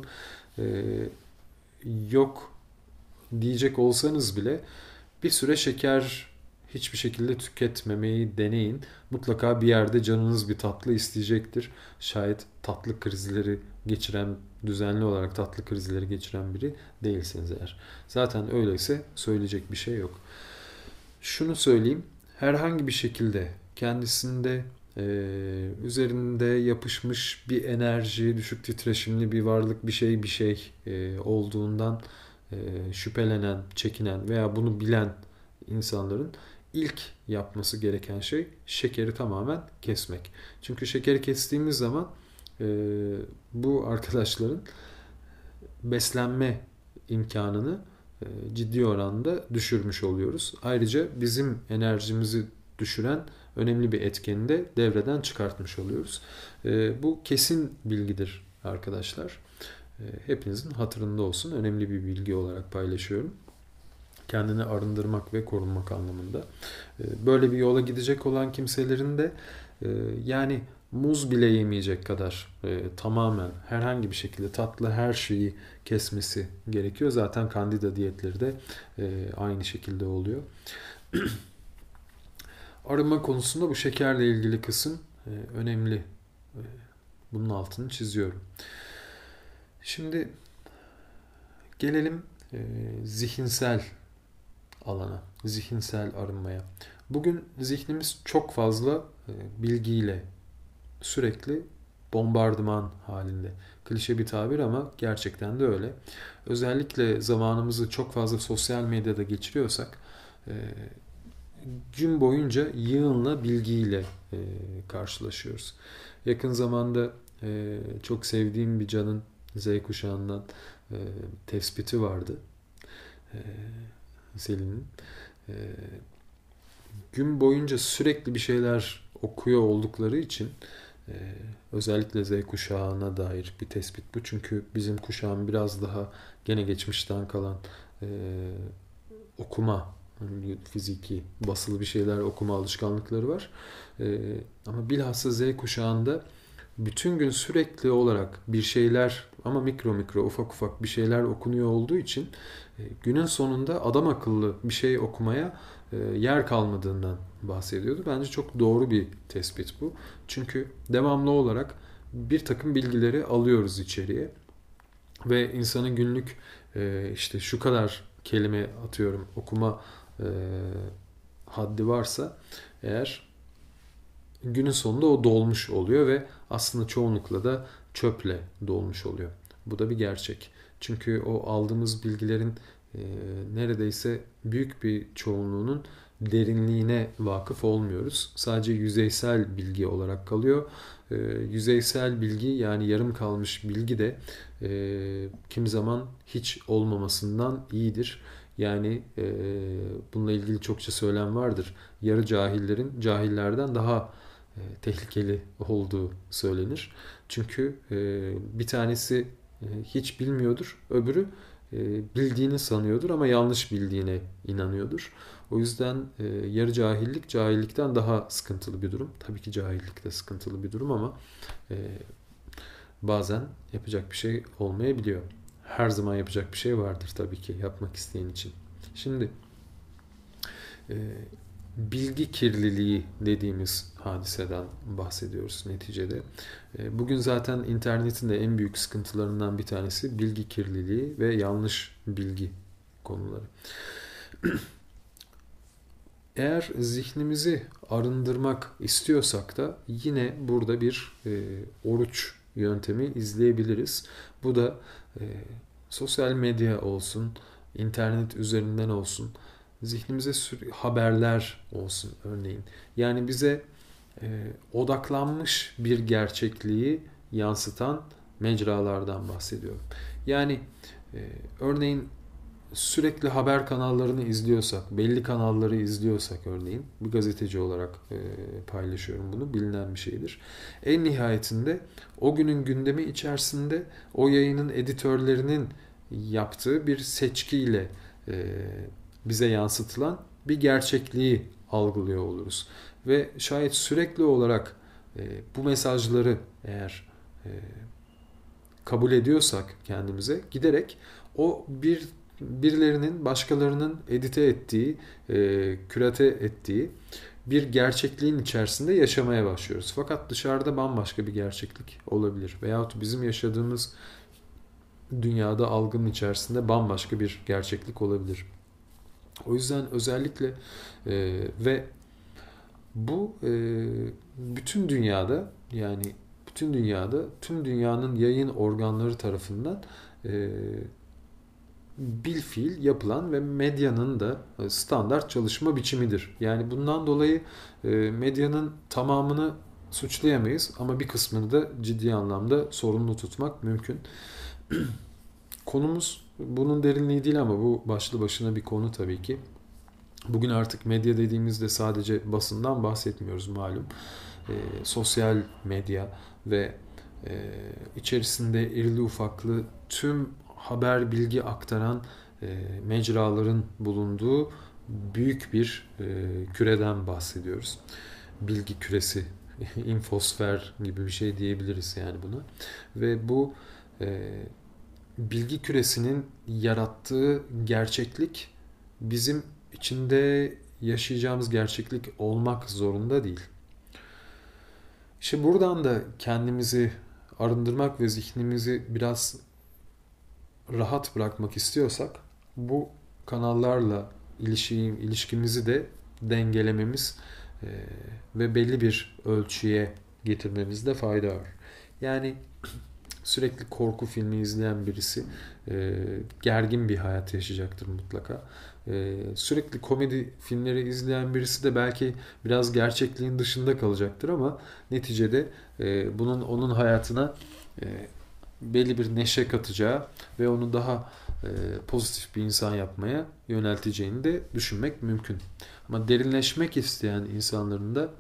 yok diyecek olsanız bile bir süre şeker hiçbir şekilde tüketmemeyi deneyin. Mutlaka bir yerde canınız bir tatlı isteyecektir. Şayet tatlı krizleri geçiren, düzenli olarak tatlı krizleri geçiren biri değilseniz eğer. Zaten öyleyse söyleyecek bir şey yok. Şunu söyleyeyim, herhangi bir şekilde kendisinde üzerinde yapışmış bir enerji, düşük titreşimli bir varlık, bir şey olduğundan şüphelenen, çekinen veya bunu bilen insanların ilk yapması gereken şey şekeri tamamen kesmek. Çünkü şekeri kestiğimiz zaman bu arkadaşların beslenme imkanını ciddi oranda düşürmüş oluyoruz. Ayrıca bizim enerjimizi düşüren önemli bir etkeni de devreden çıkartmış oluyoruz. Bu kesin bilgidir arkadaşlar. Hepinizin hatırında olsun. Önemli bir bilgi olarak paylaşıyorum. Kendini arındırmak ve korunmak anlamında. Böyle bir yola gidecek olan kimselerin de yani muz bile yemeyecek kadar tamamen herhangi bir şekilde tatlı her şeyi kesmesi gerekiyor. Zaten Candida diyetleri de aynı şekilde oluyor. Arınma konusunda bu şekerle ilgili kısım önemli. Bunun altını çiziyorum. Şimdi gelelim zihinsel alana, zihinsel arınmaya. Bugün zihnimiz çok fazla bilgiyle sürekli bombardıman halinde. Klişe bir tabir ama gerçekten de öyle. Özellikle zamanımızı çok fazla sosyal medyada geçiriyorsak gün boyunca yığınla bilgiyle karşılaşıyoruz. Yakın zamanda çok sevdiğim bir canın Z kuşağından tespiti vardı. Selin'in. Gün boyunca sürekli bir şeyler okuyor oldukları için özellikle Z kuşağına dair bir tespit bu. Çünkü bizim kuşağın biraz daha gene geçmişten kalan okuma, fiziki, basılı bir şeyler okuma alışkanlıkları var. Ama bilhassa Z kuşağında bütün gün sürekli olarak bir şeyler ama mikro ufak ufak bir şeyler okunuyor olduğu için günün sonunda adam akıllı bir şey okumaya yer kalmadığından bahsediyordu. Bence çok doğru bir tespit bu. Çünkü devamlı olarak bir takım bilgileri alıyoruz içeriye ve insanın günlük işte şu kadar kelime atıyorum okuma haddi varsa eğer günün sonunda o dolmuş oluyor ve aslında çoğunlukla da çöple dolmuş oluyor. Bu da bir gerçek. Çünkü o aldığımız bilgilerin neredeyse büyük bir çoğunluğunun derinliğine vakıf olmuyoruz. Sadece yüzeysel bilgi olarak kalıyor. Yüzeysel bilgi, yani yarım kalmış bilgi de kimi zaman hiç olmamasından iyidir. Yani bununla ilgili çokça söylem vardır. Yarı cahillerin cahillerden daha tehlikeli olduğu söylenir. Çünkü bir tanesi hiç bilmiyordur, öbürü bildiğini sanıyordur ama yanlış bildiğine inanıyordur. O yüzden yarı cahillik cahillikten daha sıkıntılı bir durum. Tabii ki cahillik de sıkıntılı bir durum ama bazen yapacak bir şey olmayabiliyor. Her zaman yapacak bir şey vardır tabii ki yapmak isteyen için. Şimdi bilgi kirliliği dediğimiz hadiseden bahsediyoruz neticede. Bugün zaten internetin de en büyük sıkıntılarından bir tanesi bilgi kirliliği ve yanlış bilgi konuları. Eğer zihnimizi arındırmak istiyorsak da yine burada bir oruç yöntemi izleyebiliriz. Bu da sosyal medya olsun, internet üzerinden olsun, zihnimize haberler olsun örneğin. Yani bize odaklanmış bir gerçekliği yansıtan mecralardan bahsediyorum. Yani örneğin sürekli haber kanallarını izliyorsak, belli kanalları izliyorsak örneğin, bir gazeteci olarak paylaşıyorum bunu, bilinen bir şeydir. En nihayetinde o günün gündemi içerisinde o yayının editörlerinin yaptığı bir seçkiyle bize yansıtılan bir gerçekliği algılıyor oluruz. Ve şayet sürekli olarak bu mesajları eğer kabul ediyorsak kendimize, giderek o birilerinin, başkalarının edite ettiği, kürate ettiği bir gerçekliğin içerisinde yaşamaya başlıyoruz. Fakat dışarıda bambaşka bir gerçeklik olabilir. Veyahut bizim yaşadığımız dünyada, algının içerisinde bambaşka bir gerçeklik olabilir. O yüzden özellikle ve bu bütün dünyada, yani bütün dünyada tüm dünyanın yayın organları tarafından bilfiil yapılan ve medyanın da standart çalışma biçimidir. Yani bundan dolayı medyanın tamamını suçlayamayız ama bir kısmını da ciddi anlamda sorumlu tutmak mümkün. Konumuz bunun derinliği değil ama bu başlı başına bir konu tabii ki. Bugün artık medya dediğimizde sadece basından bahsetmiyoruz malum. Sosyal medya ve içerisinde irili ufaklı tüm haber bilgi aktaran mecraların bulunduğu büyük bir küreden bahsediyoruz. Bilgi küresi, infosfer gibi bir şey diyebiliriz yani buna. Ve bu bilgi küresinin yarattığı gerçeklik bizim içinde yaşayacağımız gerçeklik olmak zorunda değil. İşte buradan da kendimizi arındırmak ve zihnimizi biraz rahat bırakmak istiyorsak bu kanallarla ilişkimizi de dengelememiz ve belli bir ölçüye getirmemizde fayda var. Yani sürekli korku filmi izleyen birisi gergin bir hayat yaşayacaktır mutlaka. Sürekli komedi filmleri izleyen birisi de belki biraz gerçekliğin dışında kalacaktır ama neticede bunun onun hayatına belli bir neşe katacağı ve onu daha pozitif bir insan yapmaya yönelteceğini de düşünmek mümkün. Ama derinleşmek isteyen insanların da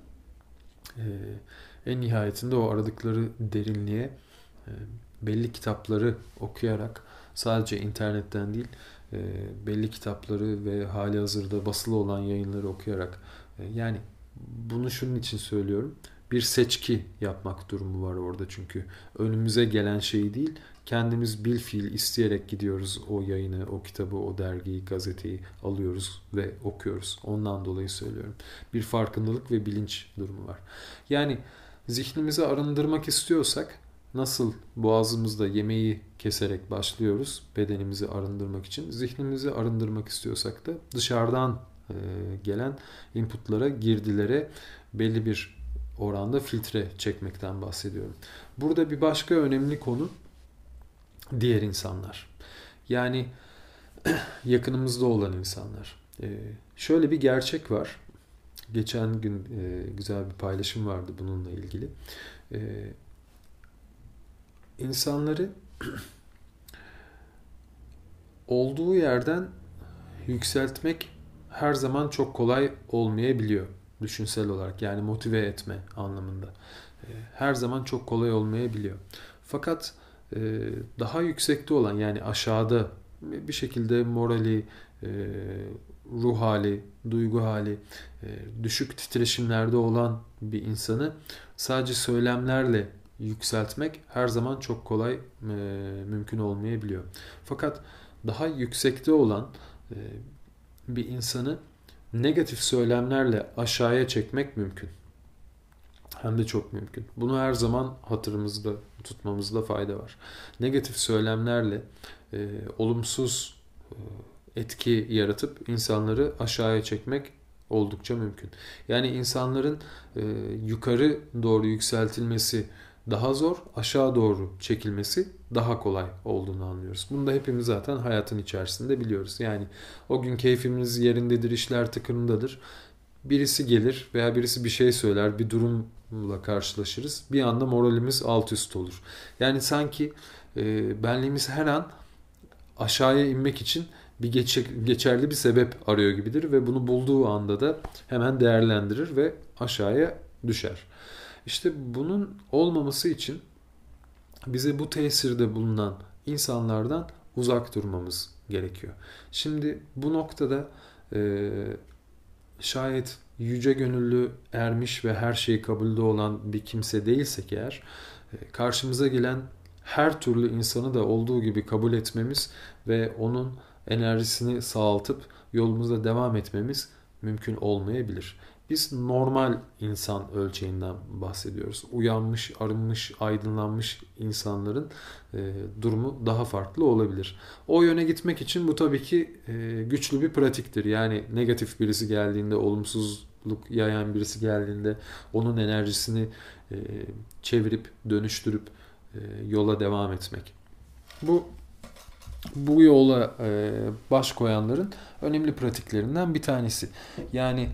en nihayetinde o aradıkları derinliğe belli kitapları okuyarak, sadece internetten değil, belli kitapları ve hali hazırda basılı olan yayınları okuyarak, yani bunu şunun için söylüyorum, bir seçki yapmak durumu var orada çünkü önümüze gelen şey değil, kendimiz bilfiil isteyerek gidiyoruz o yayını, o kitabı, o dergiyi, gazeteyi alıyoruz ve okuyoruz. Ondan dolayı söylüyorum. Bir farkındalık ve bilinç durumu var. Yani zihnimizi arındırmak istiyorsak nasıl boğazımızda yemeği keserek başlıyoruz bedenimizi arındırmak için, zihnimizi arındırmak istiyorsak da dışarıdan gelen inputlara, girdilere belli bir oranda filtre çekmekten bahsediyorum. Burada bir başka önemli konu diğer insanlar. Yani yakınımızda olan insanlar. Şöyle bir gerçek var. Geçen gün güzel bir paylaşım vardı bununla ilgili. İnsanları olduğu yerden yükseltmek her zaman çok kolay olmayabiliyor. Düşünsel olarak, yani motive etme anlamında. Her zaman çok kolay olmayabiliyor. Fakat daha yüksekte olan, yani aşağıda bir şekilde morali, ruh hali, duygu hali düşük titreşimlerde olan bir insanı sadece söylemlerle yükseltmek her zaman çok kolay mümkün olmayabiliyor. Fakat daha yüksekte olan bir insanı negatif söylemlerle aşağıya çekmek mümkün. Hem de çok mümkün. Bunu her zaman hatırımızda tutmamızda fayda var. Negatif söylemlerle olumsuz etki yaratıp insanları aşağıya çekmek oldukça mümkün. Yani insanların yukarı doğru yükseltilmesi daha zor, aşağı doğru çekilmesi daha kolay olduğunu anlıyoruz. Bunu da hepimiz zaten hayatın içerisinde biliyoruz. Yani o gün keyfimiz yerindedir, işler tıkırındadır. Birisi gelir veya birisi bir şey söyler, bir durumla karşılaşırız. Bir anda moralimiz alt üst olur. Yani sanki benliğimiz her an aşağıya inmek için geçerli bir sebep arıyor gibidir ve bunu bulduğu anda da hemen değerlendirir ve aşağıya düşer. İşte bunun olmaması için bize bu tesirde bulunan insanlardan uzak durmamız gerekiyor. Şimdi bu noktada şayet yüce gönüllü, ermiş ve her şeyi kabulde olan bir kimse değilsek eğer, karşımıza gelen her türlü insanı da olduğu gibi kabul etmemiz ve onun enerjisini sağaltıp yolumuza devam etmemiz mümkün olmayabilir. Biz normal insan ölçeğinden bahsediyoruz. Uyanmış, arınmış, aydınlanmış insanların durumu daha farklı olabilir. O yöne gitmek için bu tabii ki güçlü bir pratiktir. Yani negatif birisi geldiğinde, olumsuzluk yayan birisi geldiğinde onun enerjisini çevirip, dönüştürüp yola devam etmek. Bu yola baş koyanların önemli pratiklerinden bir tanesi. Yani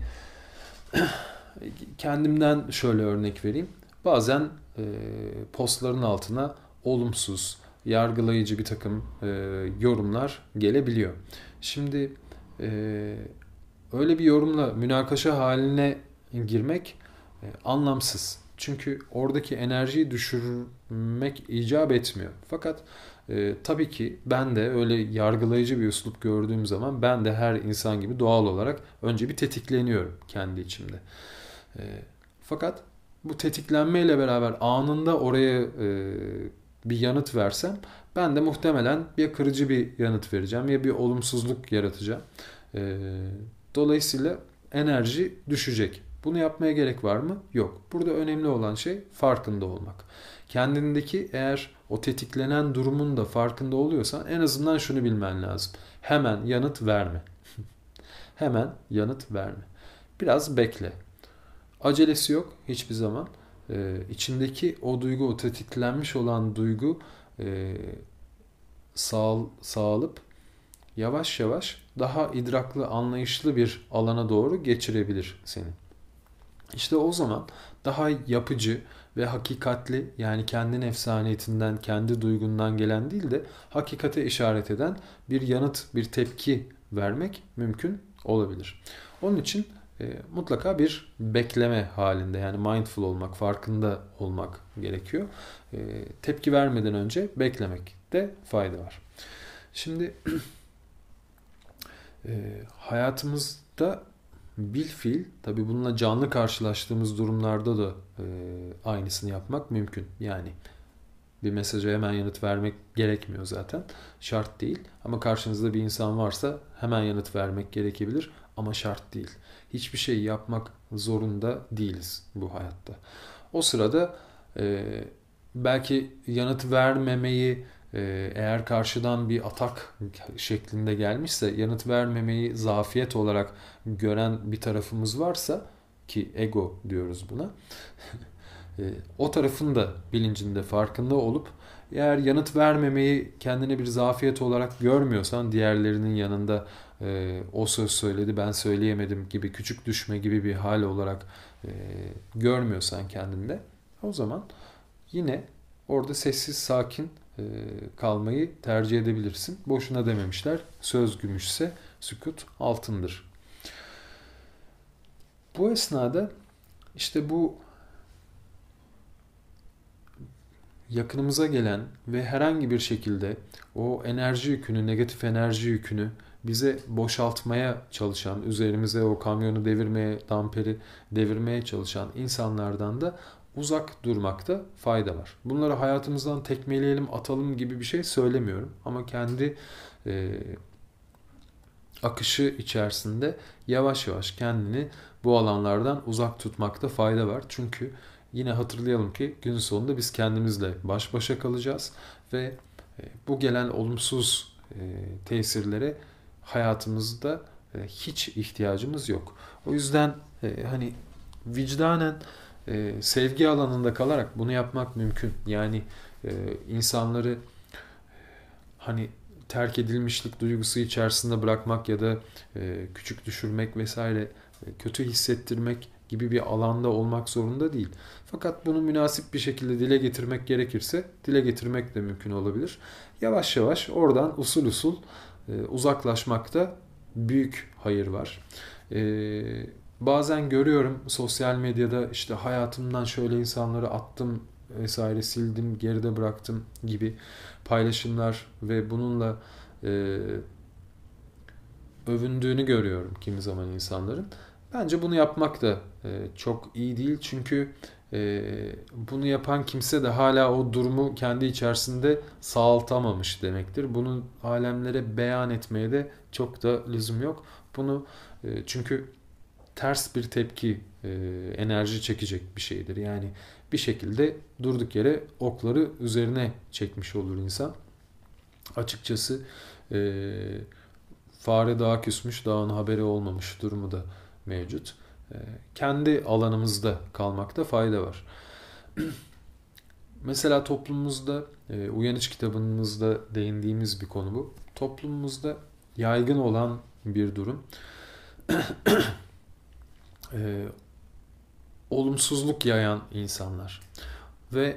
kendimden şöyle örnek vereyim. Bazen postların altına olumsuz, yargılayıcı bir takım yorumlar gelebiliyor. Şimdi öyle bir yorumla münakaşa haline girmek anlamsız. Çünkü oradaki enerjiyi düşürmek icap etmiyor. Fakat tabii ki ben de öyle yargılayıcı bir üslup gördüğüm zaman ben de her insan gibi doğal olarak önce bir tetikleniyorum kendi içimde. Fakat bu tetiklenmeyle beraber anında oraya bir yanıt versem ben de muhtemelen ya kırıcı bir yanıt vereceğim ya bir olumsuzluk yaratacağım. Dolayısıyla enerji düşecek. Bunu yapmaya gerek var mı? Yok. Burada önemli olan şey farkında olmak. Kendindeki eğer o tetiklenen durumun da farkında oluyorsan en azından şunu bilmen lazım. Hemen yanıt verme. Hemen yanıt verme. Biraz bekle. Acelesi yok hiçbir zaman. İçindeki o duygu, o tetiklenmiş olan duygu sağalıp yavaş yavaş daha idraklı, anlayışlı bir alana doğru geçirebilir seni. İşte o zaman daha yapıcı ve hakikatli, yani kendi nefsaniyetinden, kendi duygundan gelen değil de hakikate işaret eden bir yanıt, bir tepki vermek mümkün olabilir. Onun için mutlaka bir bekleme halinde, yani mindful olmak, farkında olmak gerekiyor. Tepki vermeden önce beklemekte fayda var. Şimdi hayatımızda bilfiil, tabii bununla canlı karşılaştığımız durumlarda da aynısını yapmak mümkün. Yani bir mesaja hemen yanıt vermek gerekmiyor zaten. Şart değil. Ama karşınızda bir insan varsa hemen yanıt vermek gerekebilir. Ama şart değil. Hiçbir şey yapmak zorunda değiliz bu hayatta. O sırada belki yanıt vermemeyi eğer karşıdan bir atak şeklinde gelmişse yanıt vermemeyi zafiyet olarak gören bir tarafımız varsa, ki ego diyoruz buna, o tarafın da bilincinde, farkında olup eğer yanıt vermemeyi kendine bir zafiyet olarak görmüyorsan, diğerlerinin yanında o söz söyledi ben söyleyemedim gibi küçük düşme gibi bir hal olarak görmüyorsan kendinde, o zaman yine orada sessiz sakin kalmayı tercih edebilirsin. Boşuna dememişler. Söz gümüşse sükut altındır. Bu esnada işte bu yakınımıza gelen ve herhangi bir şekilde o enerji yükünü, negatif enerji yükünü bize boşaltmaya çalışan, üzerimize o kamyonu devirmeye, damperi devirmeye çalışan insanlardan da uzak durmakta fayda var. Bunları hayatımızdan tekmeleyelim, atalım gibi bir şey söylemiyorum. Ama kendi akışı içerisinde yavaş yavaş kendini bu alanlardan uzak tutmakta fayda var. Çünkü yine hatırlayalım ki gün sonunda biz kendimizle baş başa kalacağız ve bu gelen olumsuz tesirlere hayatımızda hiç ihtiyacımız yok. O yüzden hani vicdanen sevgi alanında kalarak bunu yapmak mümkün. Yani insanları hani terk edilmişlik duygusu içerisinde bırakmak ya da küçük düşürmek vesaire, kötü hissettirmek gibi bir alanda olmak zorunda değil. Fakat bunu münasip bir şekilde dile getirmek gerekirse dile getirmek de mümkün olabilir. Yavaş yavaş oradan usul usul uzaklaşmakta büyük hayır var. Bazen görüyorum sosyal medyada işte hayatımdan şöyle insanları attım vesaire, sildim, geride bıraktım gibi paylaşımlar ve bununla e, övündüğünü görüyorum kimi zaman insanların. Bence bunu yapmak da çok iyi değil. Çünkü bunu yapan kimse de hala o durumu kendi içerisinde sağaltamamış demektir. Bunu alemlere beyan etmeye de çok da lüzum yok. Bunu çünkü ters bir tepki, enerji çekecek bir şeydir. Yani bir şekilde durduk yere okları üzerine çekmiş olur insan. Açıkçası fare dağa küsmüş, dağın haberi olmamış durumu da mevcut. Kendi alanımızda kalmakta fayda var. Mesela toplumumuzda, Uyanış kitabımızda değindiğimiz bir konu bu. Toplumumuzda yaygın olan bir durum. e, Olumsuzluk yayan insanlar ve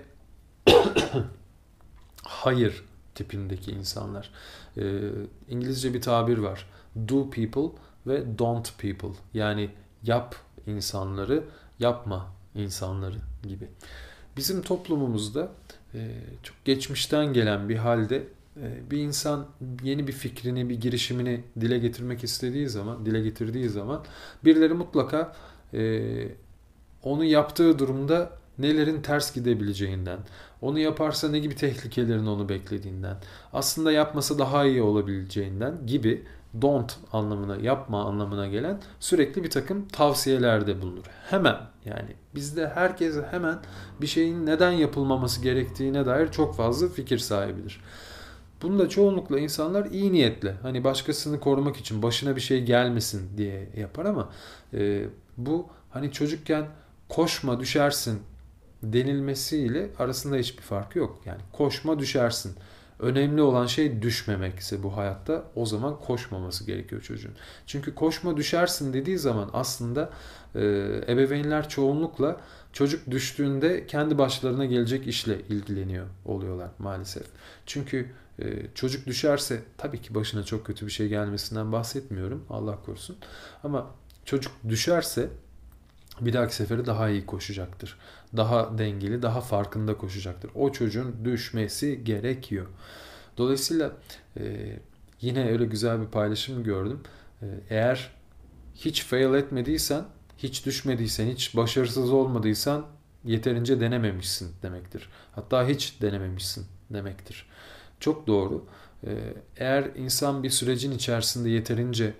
hayır tipindeki insanlar. İngilizce bir tabir var. Do people ve don't people. Yani yap insanları, yapma insanları gibi. Bizim toplumumuzda çok geçmişten gelen bir halde bir insan yeni bir fikrini, bir girişimini dile getirmek istediği zaman, dile getirdiği zaman birileri mutlaka onu yaptığı durumda nelerin ters gidebileceğinden, onu yaparsa ne gibi tehlikelerin onu beklediğinden, aslında yapmasa daha iyi olabileceğinden gibi don't anlamına, yapma anlamına gelen sürekli bir takım tavsiyelerde bulunur. Hemen, yani bizde herkes hemen bir şeyin neden yapılmaması gerektiğine dair çok fazla fikir sahibidir. Bunu da çoğunlukla insanlar iyi niyetle, hani başkasını korumak için, başına bir şey gelmesin diye yapar ama bu hani çocukken koşma düşersin denilmesiyle arasında hiçbir farkı yok. Yani koşma düşersin. Önemli olan şey düşmemekse bu hayatta, o zaman koşmaması gerekiyor çocuğun. Çünkü koşma düşersin dediği zaman aslında ebeveynler çoğunlukla çocuk düştüğünde kendi başlarına gelecek işle ilgileniyor oluyorlar maalesef. Çünkü çocuk düşerse tabii ki başına çok kötü bir şey gelmesinden bahsetmiyorum, Allah korusun. Ama çocuk düşerse bir dahaki sefere daha iyi koşacaktır. Daha dengeli, daha farkında koşacaktır. O çocuğun düşmesi gerekiyor. Dolayısıyla yine öyle güzel bir paylaşım gördüm. Eğer hiç fail etmediysen, hiç düşmediysen, hiç başarısız olmadıysan yeterince denememişsin demektir. Hatta hiç denememişsin demektir. Çok doğru. Eğer insan bir sürecin içerisinde yeterince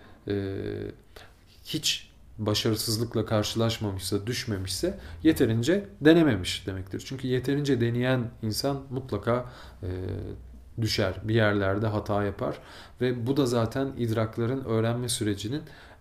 hiç başarısızlıkla karşılaşmamışsa, düşmemişse yeterince denememiş demektir. Çünkü yeterince deneyen insan mutlaka düşer, bir yerlerde hata yapar ve bu da zaten idrakların öğrenme sürecinin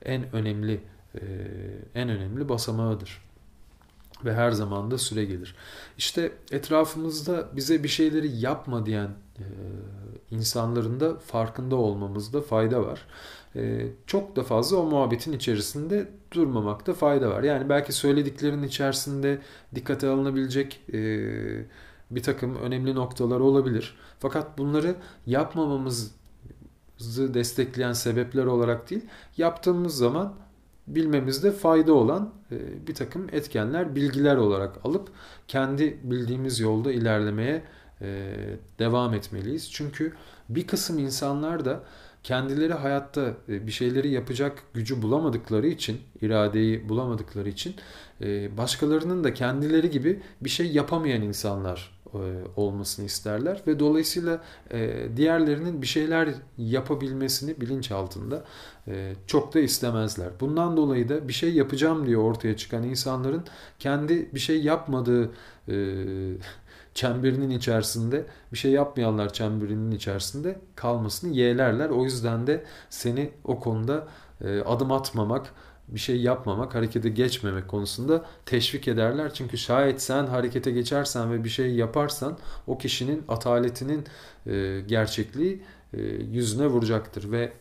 en önemli basamağıdır. Ve her zaman da süre gelir. İşte etrafımızda bize bir şeyleri yapma diyen insanların da farkında olmamızda fayda var. Çok da fazla o muhabbetin içerisinde durmamakta fayda var. Yani belki söylediklerinin içerisinde dikkate alınabilecek bir takım önemli noktalar olabilir. Fakat bunları yapmamamızı destekleyen sebepler olarak değil, yaptığımız zaman bilmemizde fayda olan bir takım etkenler, bilgiler olarak alıp kendi bildiğimiz yolda ilerlemeye devam etmeliyiz. Çünkü bir kısım insanlar da kendileri hayatta bir şeyleri yapacak gücü bulamadıkları için, iradeyi bulamadıkları için başkalarının da kendileri gibi bir şey yapamayan insanlar olmasını isterler ve dolayısıyla diğerlerinin bir şeyler yapabilmesini bilinçaltında çok da istemezler. Bundan dolayı da bir şey yapacağım diye ortaya çıkan insanların kendi bir şey yapmadığı çemberinin içerisinde, bir şey yapmayanlar çemberinin içerisinde kalmasını yeğlerler. O yüzden de seni o konuda adım atmamak, bir şey yapmamak, harekete geçmemek konusunda teşvik ederler. Çünkü şayet sen harekete geçersen ve bir şey yaparsan o kişinin ataletinin gerçekliği yüzüne vuracaktır ve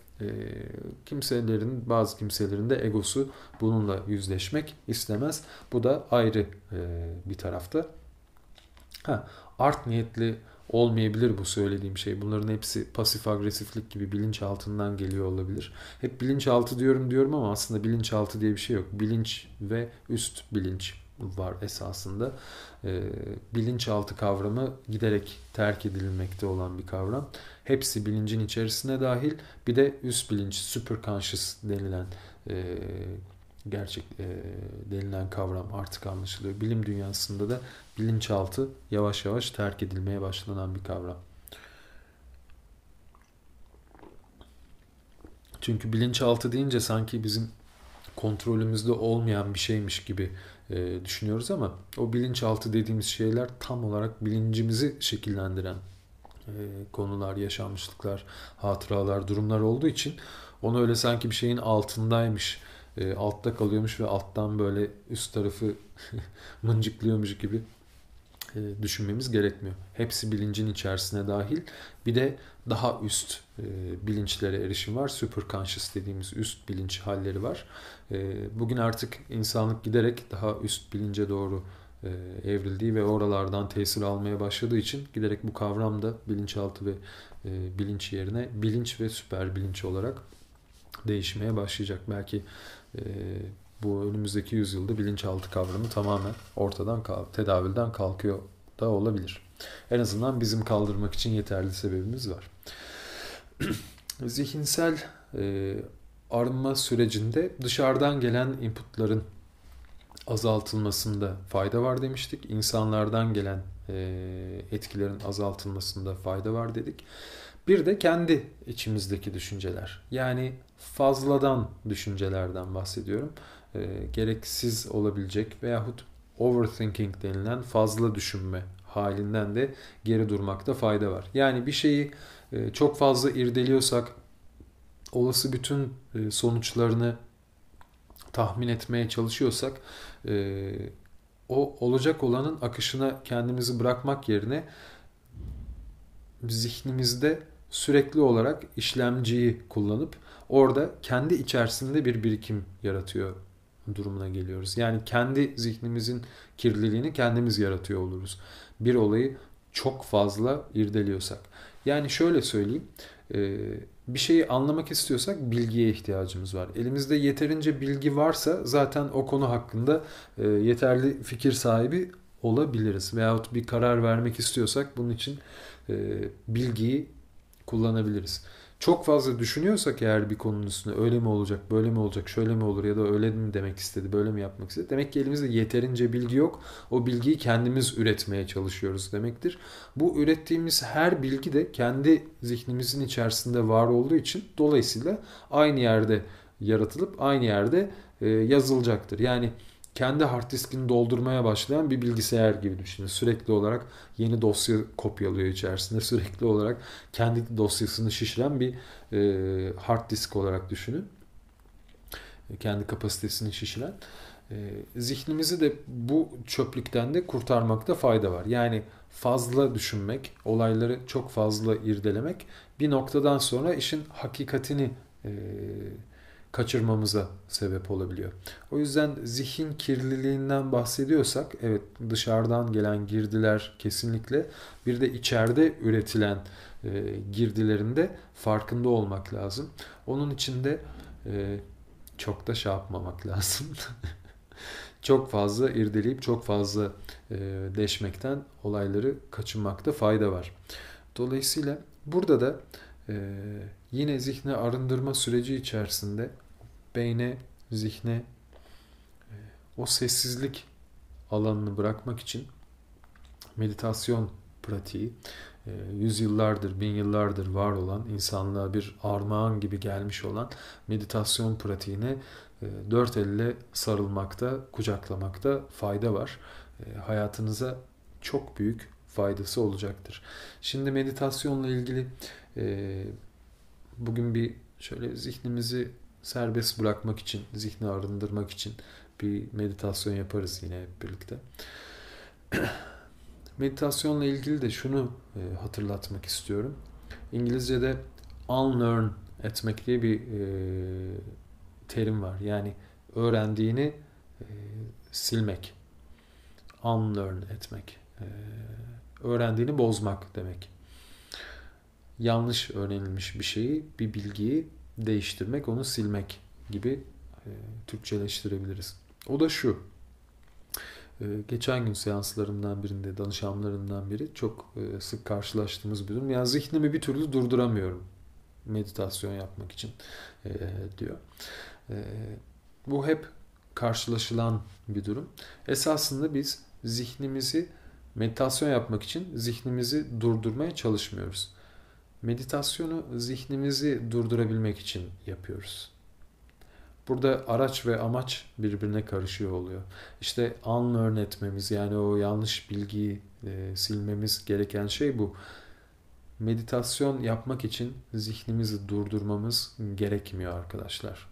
bazı kimselerin de egosu bununla yüzleşmek istemez. Bu da ayrı bir tarafta. Art niyetli olmayabilir bu söylediğim şey. Bunların hepsi pasif agresiflik gibi bilinçaltından geliyor olabilir. Hep bilinçaltı diyorum ama aslında bilinçaltı diye bir şey yok. Bilinç ve üst bilinç var esasında. Bilinçaltı kavramı giderek terk edilmekte olan bir kavram. Hepsi bilincin içerisine dahil. Bir de üst bilinç, superconscious denilen denilen kavram artık anlaşılıyor. Bilim dünyasında da bilinçaltı yavaş yavaş terk edilmeye başlanan bir kavram. Çünkü bilinçaltı deyince sanki bizim kontrolümüzde olmayan bir şeymiş gibi düşünüyoruz ama o bilinçaltı dediğimiz şeyler tam olarak bilincimizi şekillendiren konular, yaşanmışlıklar, hatıralar, durumlar olduğu için onu öyle sanki bir şeyin altındaymış, altta kalıyormuş ve alttan böyle üst tarafı mıncıklıyormuş gibi düşünmemiz gerekmiyor. Hepsi bilincin içerisine dahil. Bir de daha üst bilinçlere erişim var. Superconscious dediğimiz üst bilinç halleri var. Bugün artık insanlık giderek daha üst bilince doğru evrildiği ve oralardan tesir almaya başladığı için giderek bu kavram da bilinçaltı ve bilinç yerine bilinç ve süper bilinç olarak değişmeye başlayacak. Belki bu önümüzdeki yüzyılda bilinçaltı kavramı tamamen ortadan tedavülden kalkıyor da olabilir. En azından bizim kaldırmak için yeterli sebebimiz var. Zihinsel arınma sürecinde dışarıdan gelen inputların azaltılmasında fayda var demiştik. İnsanlardan gelen etkilerin azaltılmasında fayda var dedik. Bir de kendi içimizdeki düşünceler. Yani fazladan düşüncelerden bahsediyorum. Gereksiz olabilecek veyahut overthinking denilen fazla düşünme halinden de geri durmakta fayda var. Yani bir şeyi çok fazla irdeliyorsak, olası bütün sonuçlarını tahmin etmeye çalışıyorsak, o olacak olanın akışına kendimizi bırakmak yerine zihnimizde sürekli olarak işlemciyi kullanıp orada kendi içerisinde bir birikim yaratıyor durumuna geliyoruz. Yani kendi zihnimizin kirliliğini kendimiz yaratıyor oluruz. Bir olayı çok fazla irdeliyorsak. Yani şöyle söyleyeyim, bir şeyi anlamak istiyorsak bilgiye ihtiyacımız var. Elimizde yeterince bilgi varsa zaten o konu hakkında yeterli fikir sahibi olabiliriz. Veyahut bir karar vermek istiyorsak bunun için bilgiyi kullanabiliriz. Çok fazla düşünüyorsak eğer bir konunun üstüne öyle mi olacak, böyle mi olacak, şöyle mi olur ya da öyle mi demek istedi, böyle mi yapmak istedi. Demek ki elimizde yeterince bilgi yok. O bilgiyi kendimiz üretmeye çalışıyoruz demektir. Bu ürettiğimiz her bilgi de kendi zihnimizin içerisinde var olduğu için dolayısıyla aynı yerde yaratılıp aynı yerde yazılacaktır. Yani kendi hard diskini doldurmaya başlayan bir bilgisayar gibi düşünün. Sürekli olarak yeni dosya kopyalıyor içerisinde. Sürekli olarak kendi dosyasını şişiren bir hard disk olarak düşünün. Kendi kapasitesini şişiren. Zihnimizi de bu çöplükten de kurtarmakta fayda var. Yani fazla düşünmek, olayları çok fazla irdelemek bir noktadan sonra işin hakikatini kaçırmamıza sebep olabiliyor. O yüzden zihin kirliliğinden bahsediyorsak evet dışarıdan gelen girdiler kesinlikle bir de içeride üretilen girdilerin de farkında olmak lazım. Onun için de çok da şey yapmamak lazım. Çok fazla irdeleyip çok fazla deşmekten olayları kaçınmakta fayda var. Dolayısıyla burada da yine zihni arındırma süreci içerisinde beyne, zihne o sessizlik alanını bırakmak için meditasyon pratiği yüzyıllardır, bin yıllardır var olan insanlığa bir armağan gibi gelmiş olan meditasyon pratiğine dört elle sarılmakta, kucaklamakta fayda var. Hayatınıza çok büyük faydası olacaktır. Şimdi meditasyonla ilgili bugün bir şöyle zihnimizi serbest bırakmak için, zihni arındırmak için bir meditasyon yaparız yine hep birlikte. Meditasyonla ilgili de şunu hatırlatmak istiyorum. İngilizce'de unlearn etmek diye bir terim var. Yani öğrendiğini silmek. Unlearn etmek. Öğrendiğini bozmak demek. Yanlış öğrenilmiş bir şeyi, bir bilgiyi değiştirmek, onu silmek gibi Türkçeleştirebiliriz. O da şu. Geçen gün seanslarımdan birinde, danışanlarımdan biri çok sık karşılaştığımız bir durum. Yani zihnimi bir türlü durduramıyorum meditasyon yapmak için diyor. Bu hep karşılaşılan bir durum. Esasında biz zihnimizi meditasyon yapmak için zihnimizi durdurmaya çalışmıyoruz. Meditasyonu zihnimizi durdurabilmek için yapıyoruz. Burada araç ve amaç birbirine karışıyor oluyor. İşte unlearn etmemiz, yani o yanlış bilgiyi silmemiz gereken şey bu. Meditasyon yapmak için zihnimizi durdurmamız gerekmiyor arkadaşlar.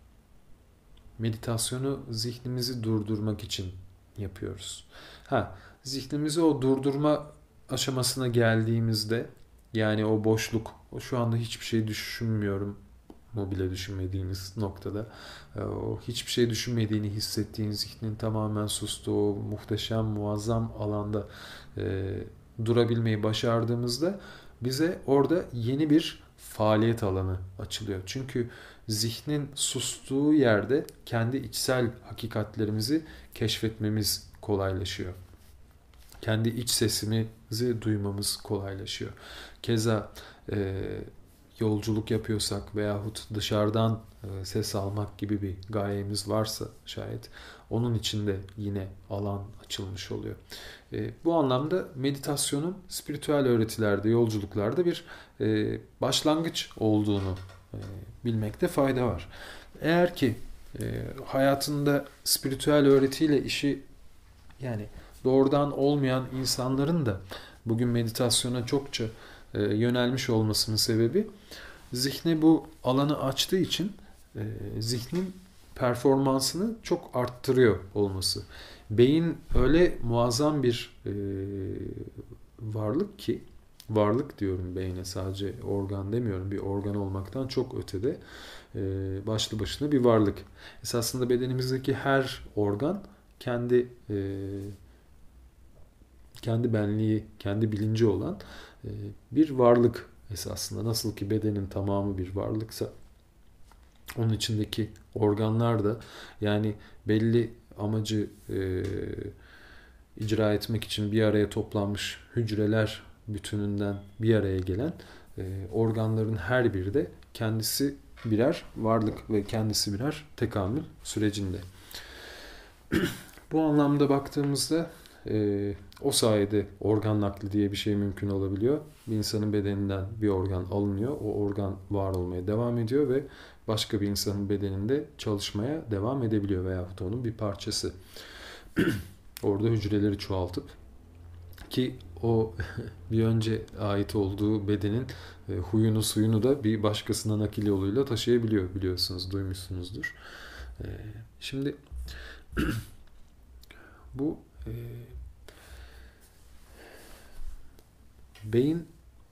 Meditasyonu zihnimizi durdurmak için yapıyoruz. Zihnimizi o durdurma aşamasına geldiğimizde, yani o boşluk, o şu anda hiçbir şey düşünmüyorum mu bile düşünmediğiniz noktada, o hiçbir şey düşünmediğini hissettiğin, zihnin tamamen sustuğu, o muhteşem, muazzam alanda durabilmeyi başardığımızda bize orada yeni bir faaliyet alanı açılıyor. Çünkü zihnin sustuğu yerde kendi içsel hakikatlerimizi keşfetmemiz kolaylaşıyor. Kendi iç sesimizi duymamız kolaylaşıyor. Keza yolculuk yapıyorsak veyahut dışarıdan ses almak gibi bir gayemiz varsa şayet, onun içinde yine alan açılmış oluyor. Bu anlamda meditasyonun spiritüel öğretilerde, yolculuklarda bir başlangıç olduğunu bilmekte fayda var. Eğer ki hayatında spiritüel öğretiyle işi, yani doğrudan olmayan insanların da bugün meditasyona çokça yönelmiş olmasının sebebi, zihni bu alanı açtığı için zihnin performansını çok arttırıyor olması. Beyin öyle muazzam bir varlık ki, varlık diyorum beyne, sadece organ demiyorum, bir organ olmaktan çok ötede başlı başına bir varlık. Esasında bedenimizdeki her organ kendi benliği, kendi bilinci olan bir varlık esasında. Nasıl ki bedenin tamamı bir varlıksa, onun içindeki organlar da, yani belli amacı icra etmek için bir araya toplanmış hücreler bütününden bir araya gelen organların her biri de kendisi birer varlık ve kendisi birer tekamül sürecinde. Bu anlamda baktığımızda o sayede organ nakli diye bir şey mümkün olabiliyor. Bir insanın bedeninden bir organ alınıyor. O organ var olmaya devam ediyor ve başka bir insanın bedeninde çalışmaya devam edebiliyor veyahut onun bir parçası. Orada hücreleri çoğaltıp, ki o bir önce ait olduğu bedenin huyunu suyunu da bir başkasına nakil yoluyla taşıyabiliyor, biliyorsunuz, duymuşsunuzdur. Şimdi bu beyin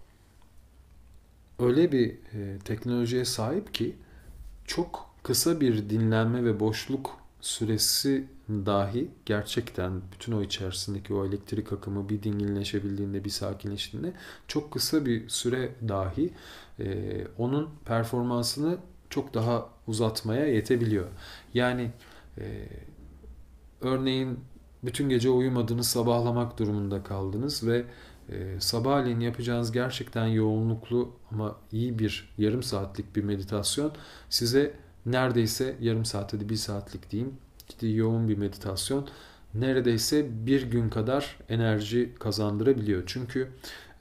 öyle bir teknolojiye sahip ki çok kısa bir dinlenme ve boşluk süresi dahi gerçekten bütün o içerisindeki o elektrik akımı bir dinginleşebildiğinde, bir sakinleştiğinde, çok kısa bir süre dahi onun performansını çok daha uzatmaya yetebiliyor. Yani örneğin bütün gece uyumadınız, sabahlamak durumunda kaldınız ve sabahleyin yapacağınız gerçekten yoğunluklu ama iyi bir yarım saatlik bir meditasyon size neredeyse yarım saat, hadi bir saatlik diyeyim, ciddi yoğun bir meditasyon neredeyse bir gün kadar enerji kazandırabiliyor. Çünkü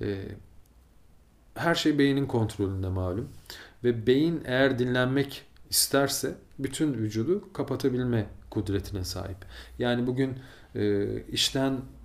her şey beynin kontrolünde malum ve beyin eğer dinlenmek isterse bütün vücudu kapatabilme kudretine sahip. Yani bugün işten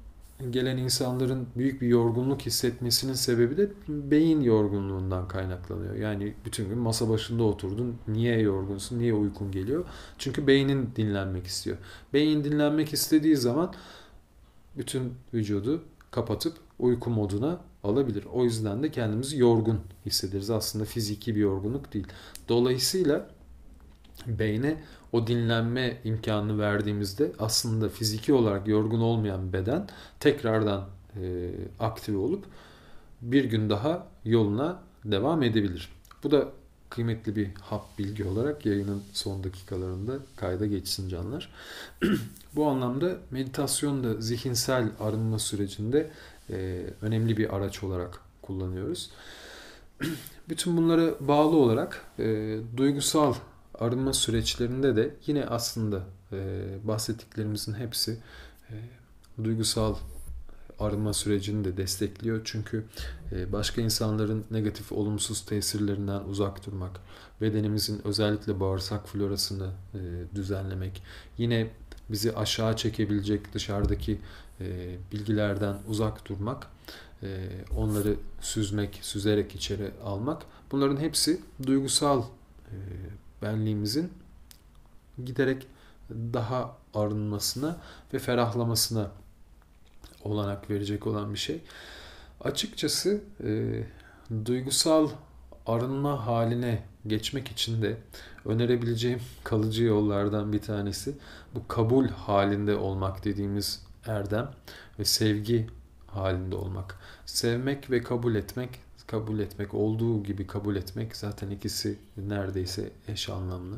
gelen insanların büyük bir yorgunluk hissetmesinin sebebi de beyin yorgunluğundan kaynaklanıyor. Yani bütün gün masa başında oturdun. Niye yorgunsun? Niye uykun geliyor? Çünkü beynin dinlenmek istiyor. Beyin dinlenmek istediği zaman bütün vücudu kapatıp uyku moduna alabilir. O yüzden de kendimizi yorgun hissederiz. Aslında fiziki bir yorgunluk değil. Dolayısıyla beyne o dinlenme imkanını verdiğimizde aslında fiziki olarak yorgun olmayan beden tekrardan aktive olup bir gün daha yoluna devam edebilir. Bu da kıymetli bir hap bilgi olarak yayının son dakikalarında kayda geçsin canlar. Bu anlamda meditasyon da zihinsel arınma sürecinde önemli bir araç olarak kullanıyoruz. Bütün bunlara bağlı olarak duygusal arınma süreçlerinde de yine aslında bahsettiklerimizin hepsi duygusal arınma sürecini de destekliyor. Çünkü başka insanların negatif, olumsuz tesirlerinden uzak durmak, bedenimizin özellikle bağırsak florasını düzenlemek, yine bizi aşağı çekebilecek dışarıdaki bilgilerden uzak durmak, onları süzerek içeri almak, bunların hepsi duygusal benliğimizin giderek daha arınmasına ve ferahlamasına olanak verecek olan bir şey. Açıkçası duygusal arınma haline geçmek için de önerebileceğim kalıcı yollardan bir tanesi bu kabul halinde olmak dediğimiz erdem ve sevgi halinde olmak. Sevmek ve kabul etmek, olduğu gibi kabul etmek, zaten ikisi neredeyse eş anlamlı.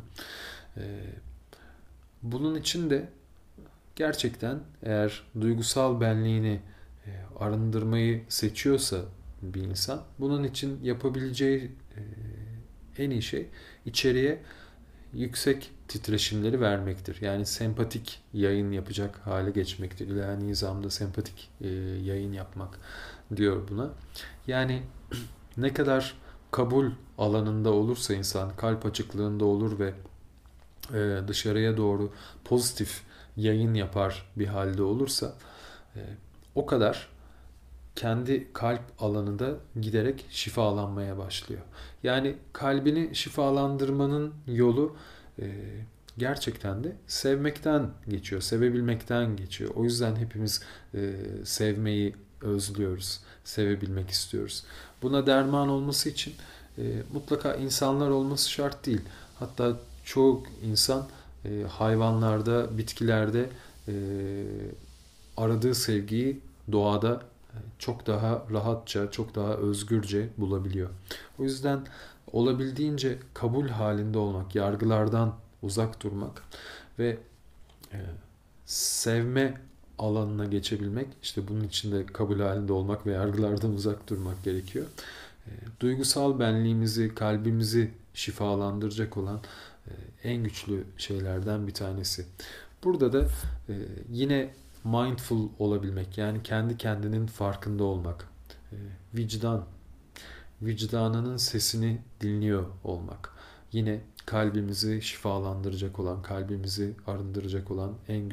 Bunun için de gerçekten eğer duygusal benliğini arındırmayı seçiyorsa bir insan, bunun için yapabileceği en iyi şey içeriye yüksek titreşimleri vermektir. Yani sempatik yayın yapacak hale geçmektir. İlahi nizamda sempatik yayın yapmak diyor buna. Yani ne kadar kabul alanında olursa insan, kalp açıklığında olur ve dışarıya doğru pozitif yayın yapar bir halde olursa o kadar kendi kalp alanında giderek şifalanmaya başlıyor. Yani kalbini şifalandırmanın yolu gerçekten de sevmekten geçiyor, sevebilmekten geçiyor. O yüzden hepimiz sevmeyi özlüyoruz, sevebilmek istiyoruz. Buna derman olması için mutlaka insanlar olması şart değil. Hatta çoğu insan hayvanlarda, bitkilerde aradığı sevgiyi doğada çok daha rahatça, çok daha özgürce bulabiliyor. O yüzden olabildiğince kabul halinde olmak, yargılardan uzak durmak ve sevme alanına geçebilmek, işte bunun için de kabul halinde olmak ve yargılardan uzak durmak gerekiyor. Duygusal benliğimizi, kalbimizi şifalandıracak olan en güçlü şeylerden bir tanesi. Burada da yine mindful olabilmek, yani kendi kendinin farkında olmak, vicdanının sesini dinliyor olmak, yine kalbimizi şifalandıracak olan, kalbimizi arındıracak olan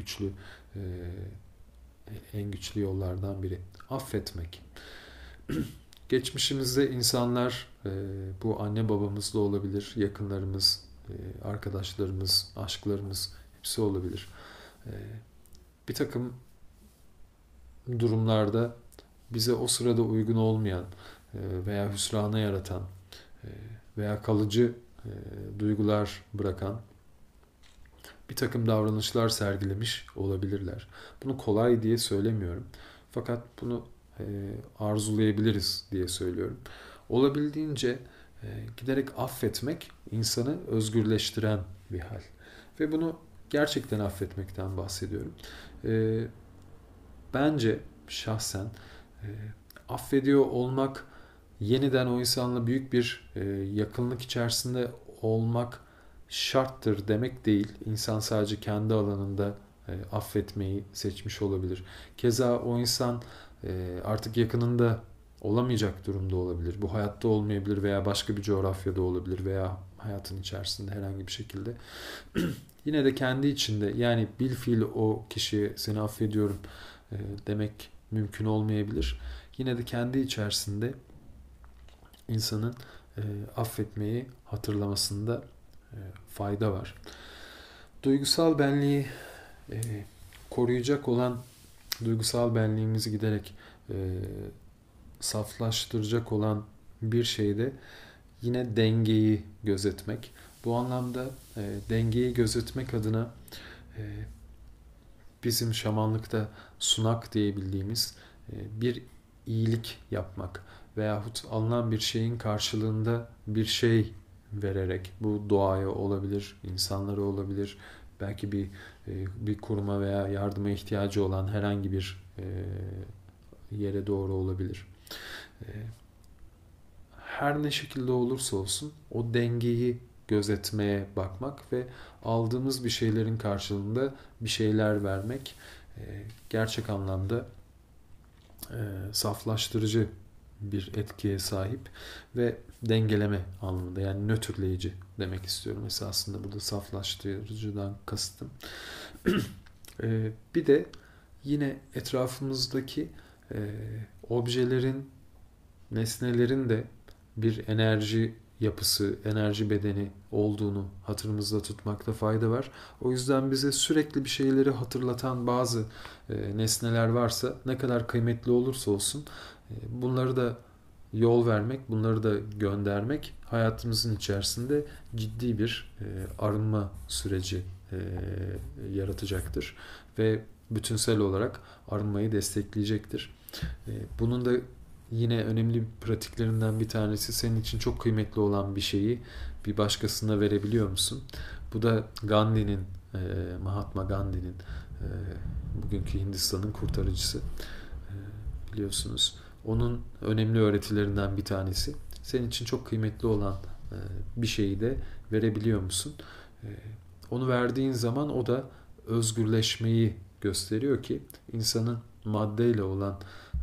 en güçlü yollardan biri. Affetmek. Geçmişimizde insanlar, bu anne babamız da olabilir, yakınlarımız, arkadaşlarımız, aşklarımız, hepsi olabilir. Bir takım durumlarda bize o sırada uygun olmayan veya hüsrana yaratan veya kalıcı duygular bırakan bir takım davranışlar sergilemiş olabilirler. Bunu kolay diye söylemiyorum. Fakat bunu arzulayabiliriz diye söylüyorum. Olabildiğince giderek affetmek insanı özgürleştiren bir hal. Ve bunu gerçekten affetmekten bahsediyorum. Bence şahsen affediyor olmak, yeniden o insanla büyük bir yakınlık içerisinde olmak şarttır demek değil. İnsan sadece kendi alanında affetmeyi seçmiş olabilir. Keza o insan artık yakınında olamayacak durumda olabilir. Bu hayatta olmayabilir veya başka bir coğrafyada olabilir veya hayatın içerisinde herhangi bir şekilde. Yine de kendi içinde, yani bilfiil o kişiye seni affediyorum demek mümkün olmayabilir. Yine de kendi içerisinde insanın affetmeyi hatırlamasında fayda var. Duygusal benliği koruyacak olan, duygusal benliğimizi giderek saflaştıracak olan bir şey de yine dengeyi gözetmek. Bu anlamda dengeyi gözetmek adına bizim şamanlıkta sunak diye bildiğimiz bir iyilik yapmak veyahut alınan bir şeyin karşılığında bir şey vererek, bu doğaya olabilir, insanlara olabilir, belki bir kuruma veya yardıma ihtiyacı olan herhangi bir yere doğru olabilir. Her ne şekilde olursa olsun o dengeyi gözetmeye bakmak ve aldığımız bir şeylerin karşılığında bir şeyler vermek gerçek anlamda saflaştırıcı bir etkiye sahip ve dengeleme anlamında, yani nötrleyici demek istiyorum esasında burada saflaştırıcıdan kastım. Bir de yine etrafımızdaki objelerin, nesnelerin de bir enerji yapısı, enerji bedeni olduğunu hatırımızda tutmakta fayda var. O yüzden bize sürekli bir şeyleri hatırlatan bazı nesneler varsa, ne kadar kıymetli olursa olsun bunları da yol vermek, bunları da göndermek hayatımızın içerisinde ciddi bir arınma süreci yaratacaktır ve bütünsel olarak arınmayı destekleyecektir. Bunun da yine önemli pratiklerinden bir tanesi, senin için çok kıymetli olan bir şeyi bir başkasına verebiliyor musun? Bu da Gandhi'nin, Mahatma Gandhi'nin, bugünkü Hindistan'ın kurtarıcısı, biliyorsunuz. Onun önemli öğretilerinden bir tanesi. Senin için çok kıymetli olan bir şeyi de verebiliyor musun? Onu verdiğin zaman o da özgürleşmeyi gösteriyor ki insanın maddeyle olan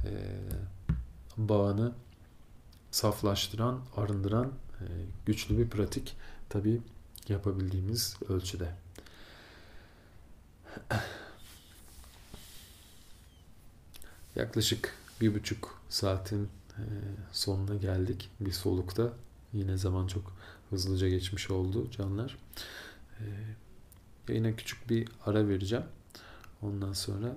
bağını saflaştıran, arındıran güçlü bir pratik, tabii yapabildiğimiz ölçüde. Yaklaşık 1,5 saatin sonuna geldik bir solukta. Yine zaman çok hızlıca geçmiş oldu canlar. Yine küçük bir ara vereceğim. Ondan sonra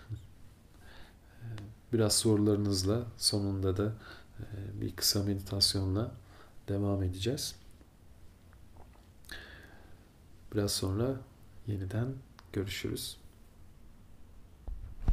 biraz sorularınızla, sonunda da bir kısa meditasyonla devam edeceğiz. Biraz sonra yeniden görüşürüz.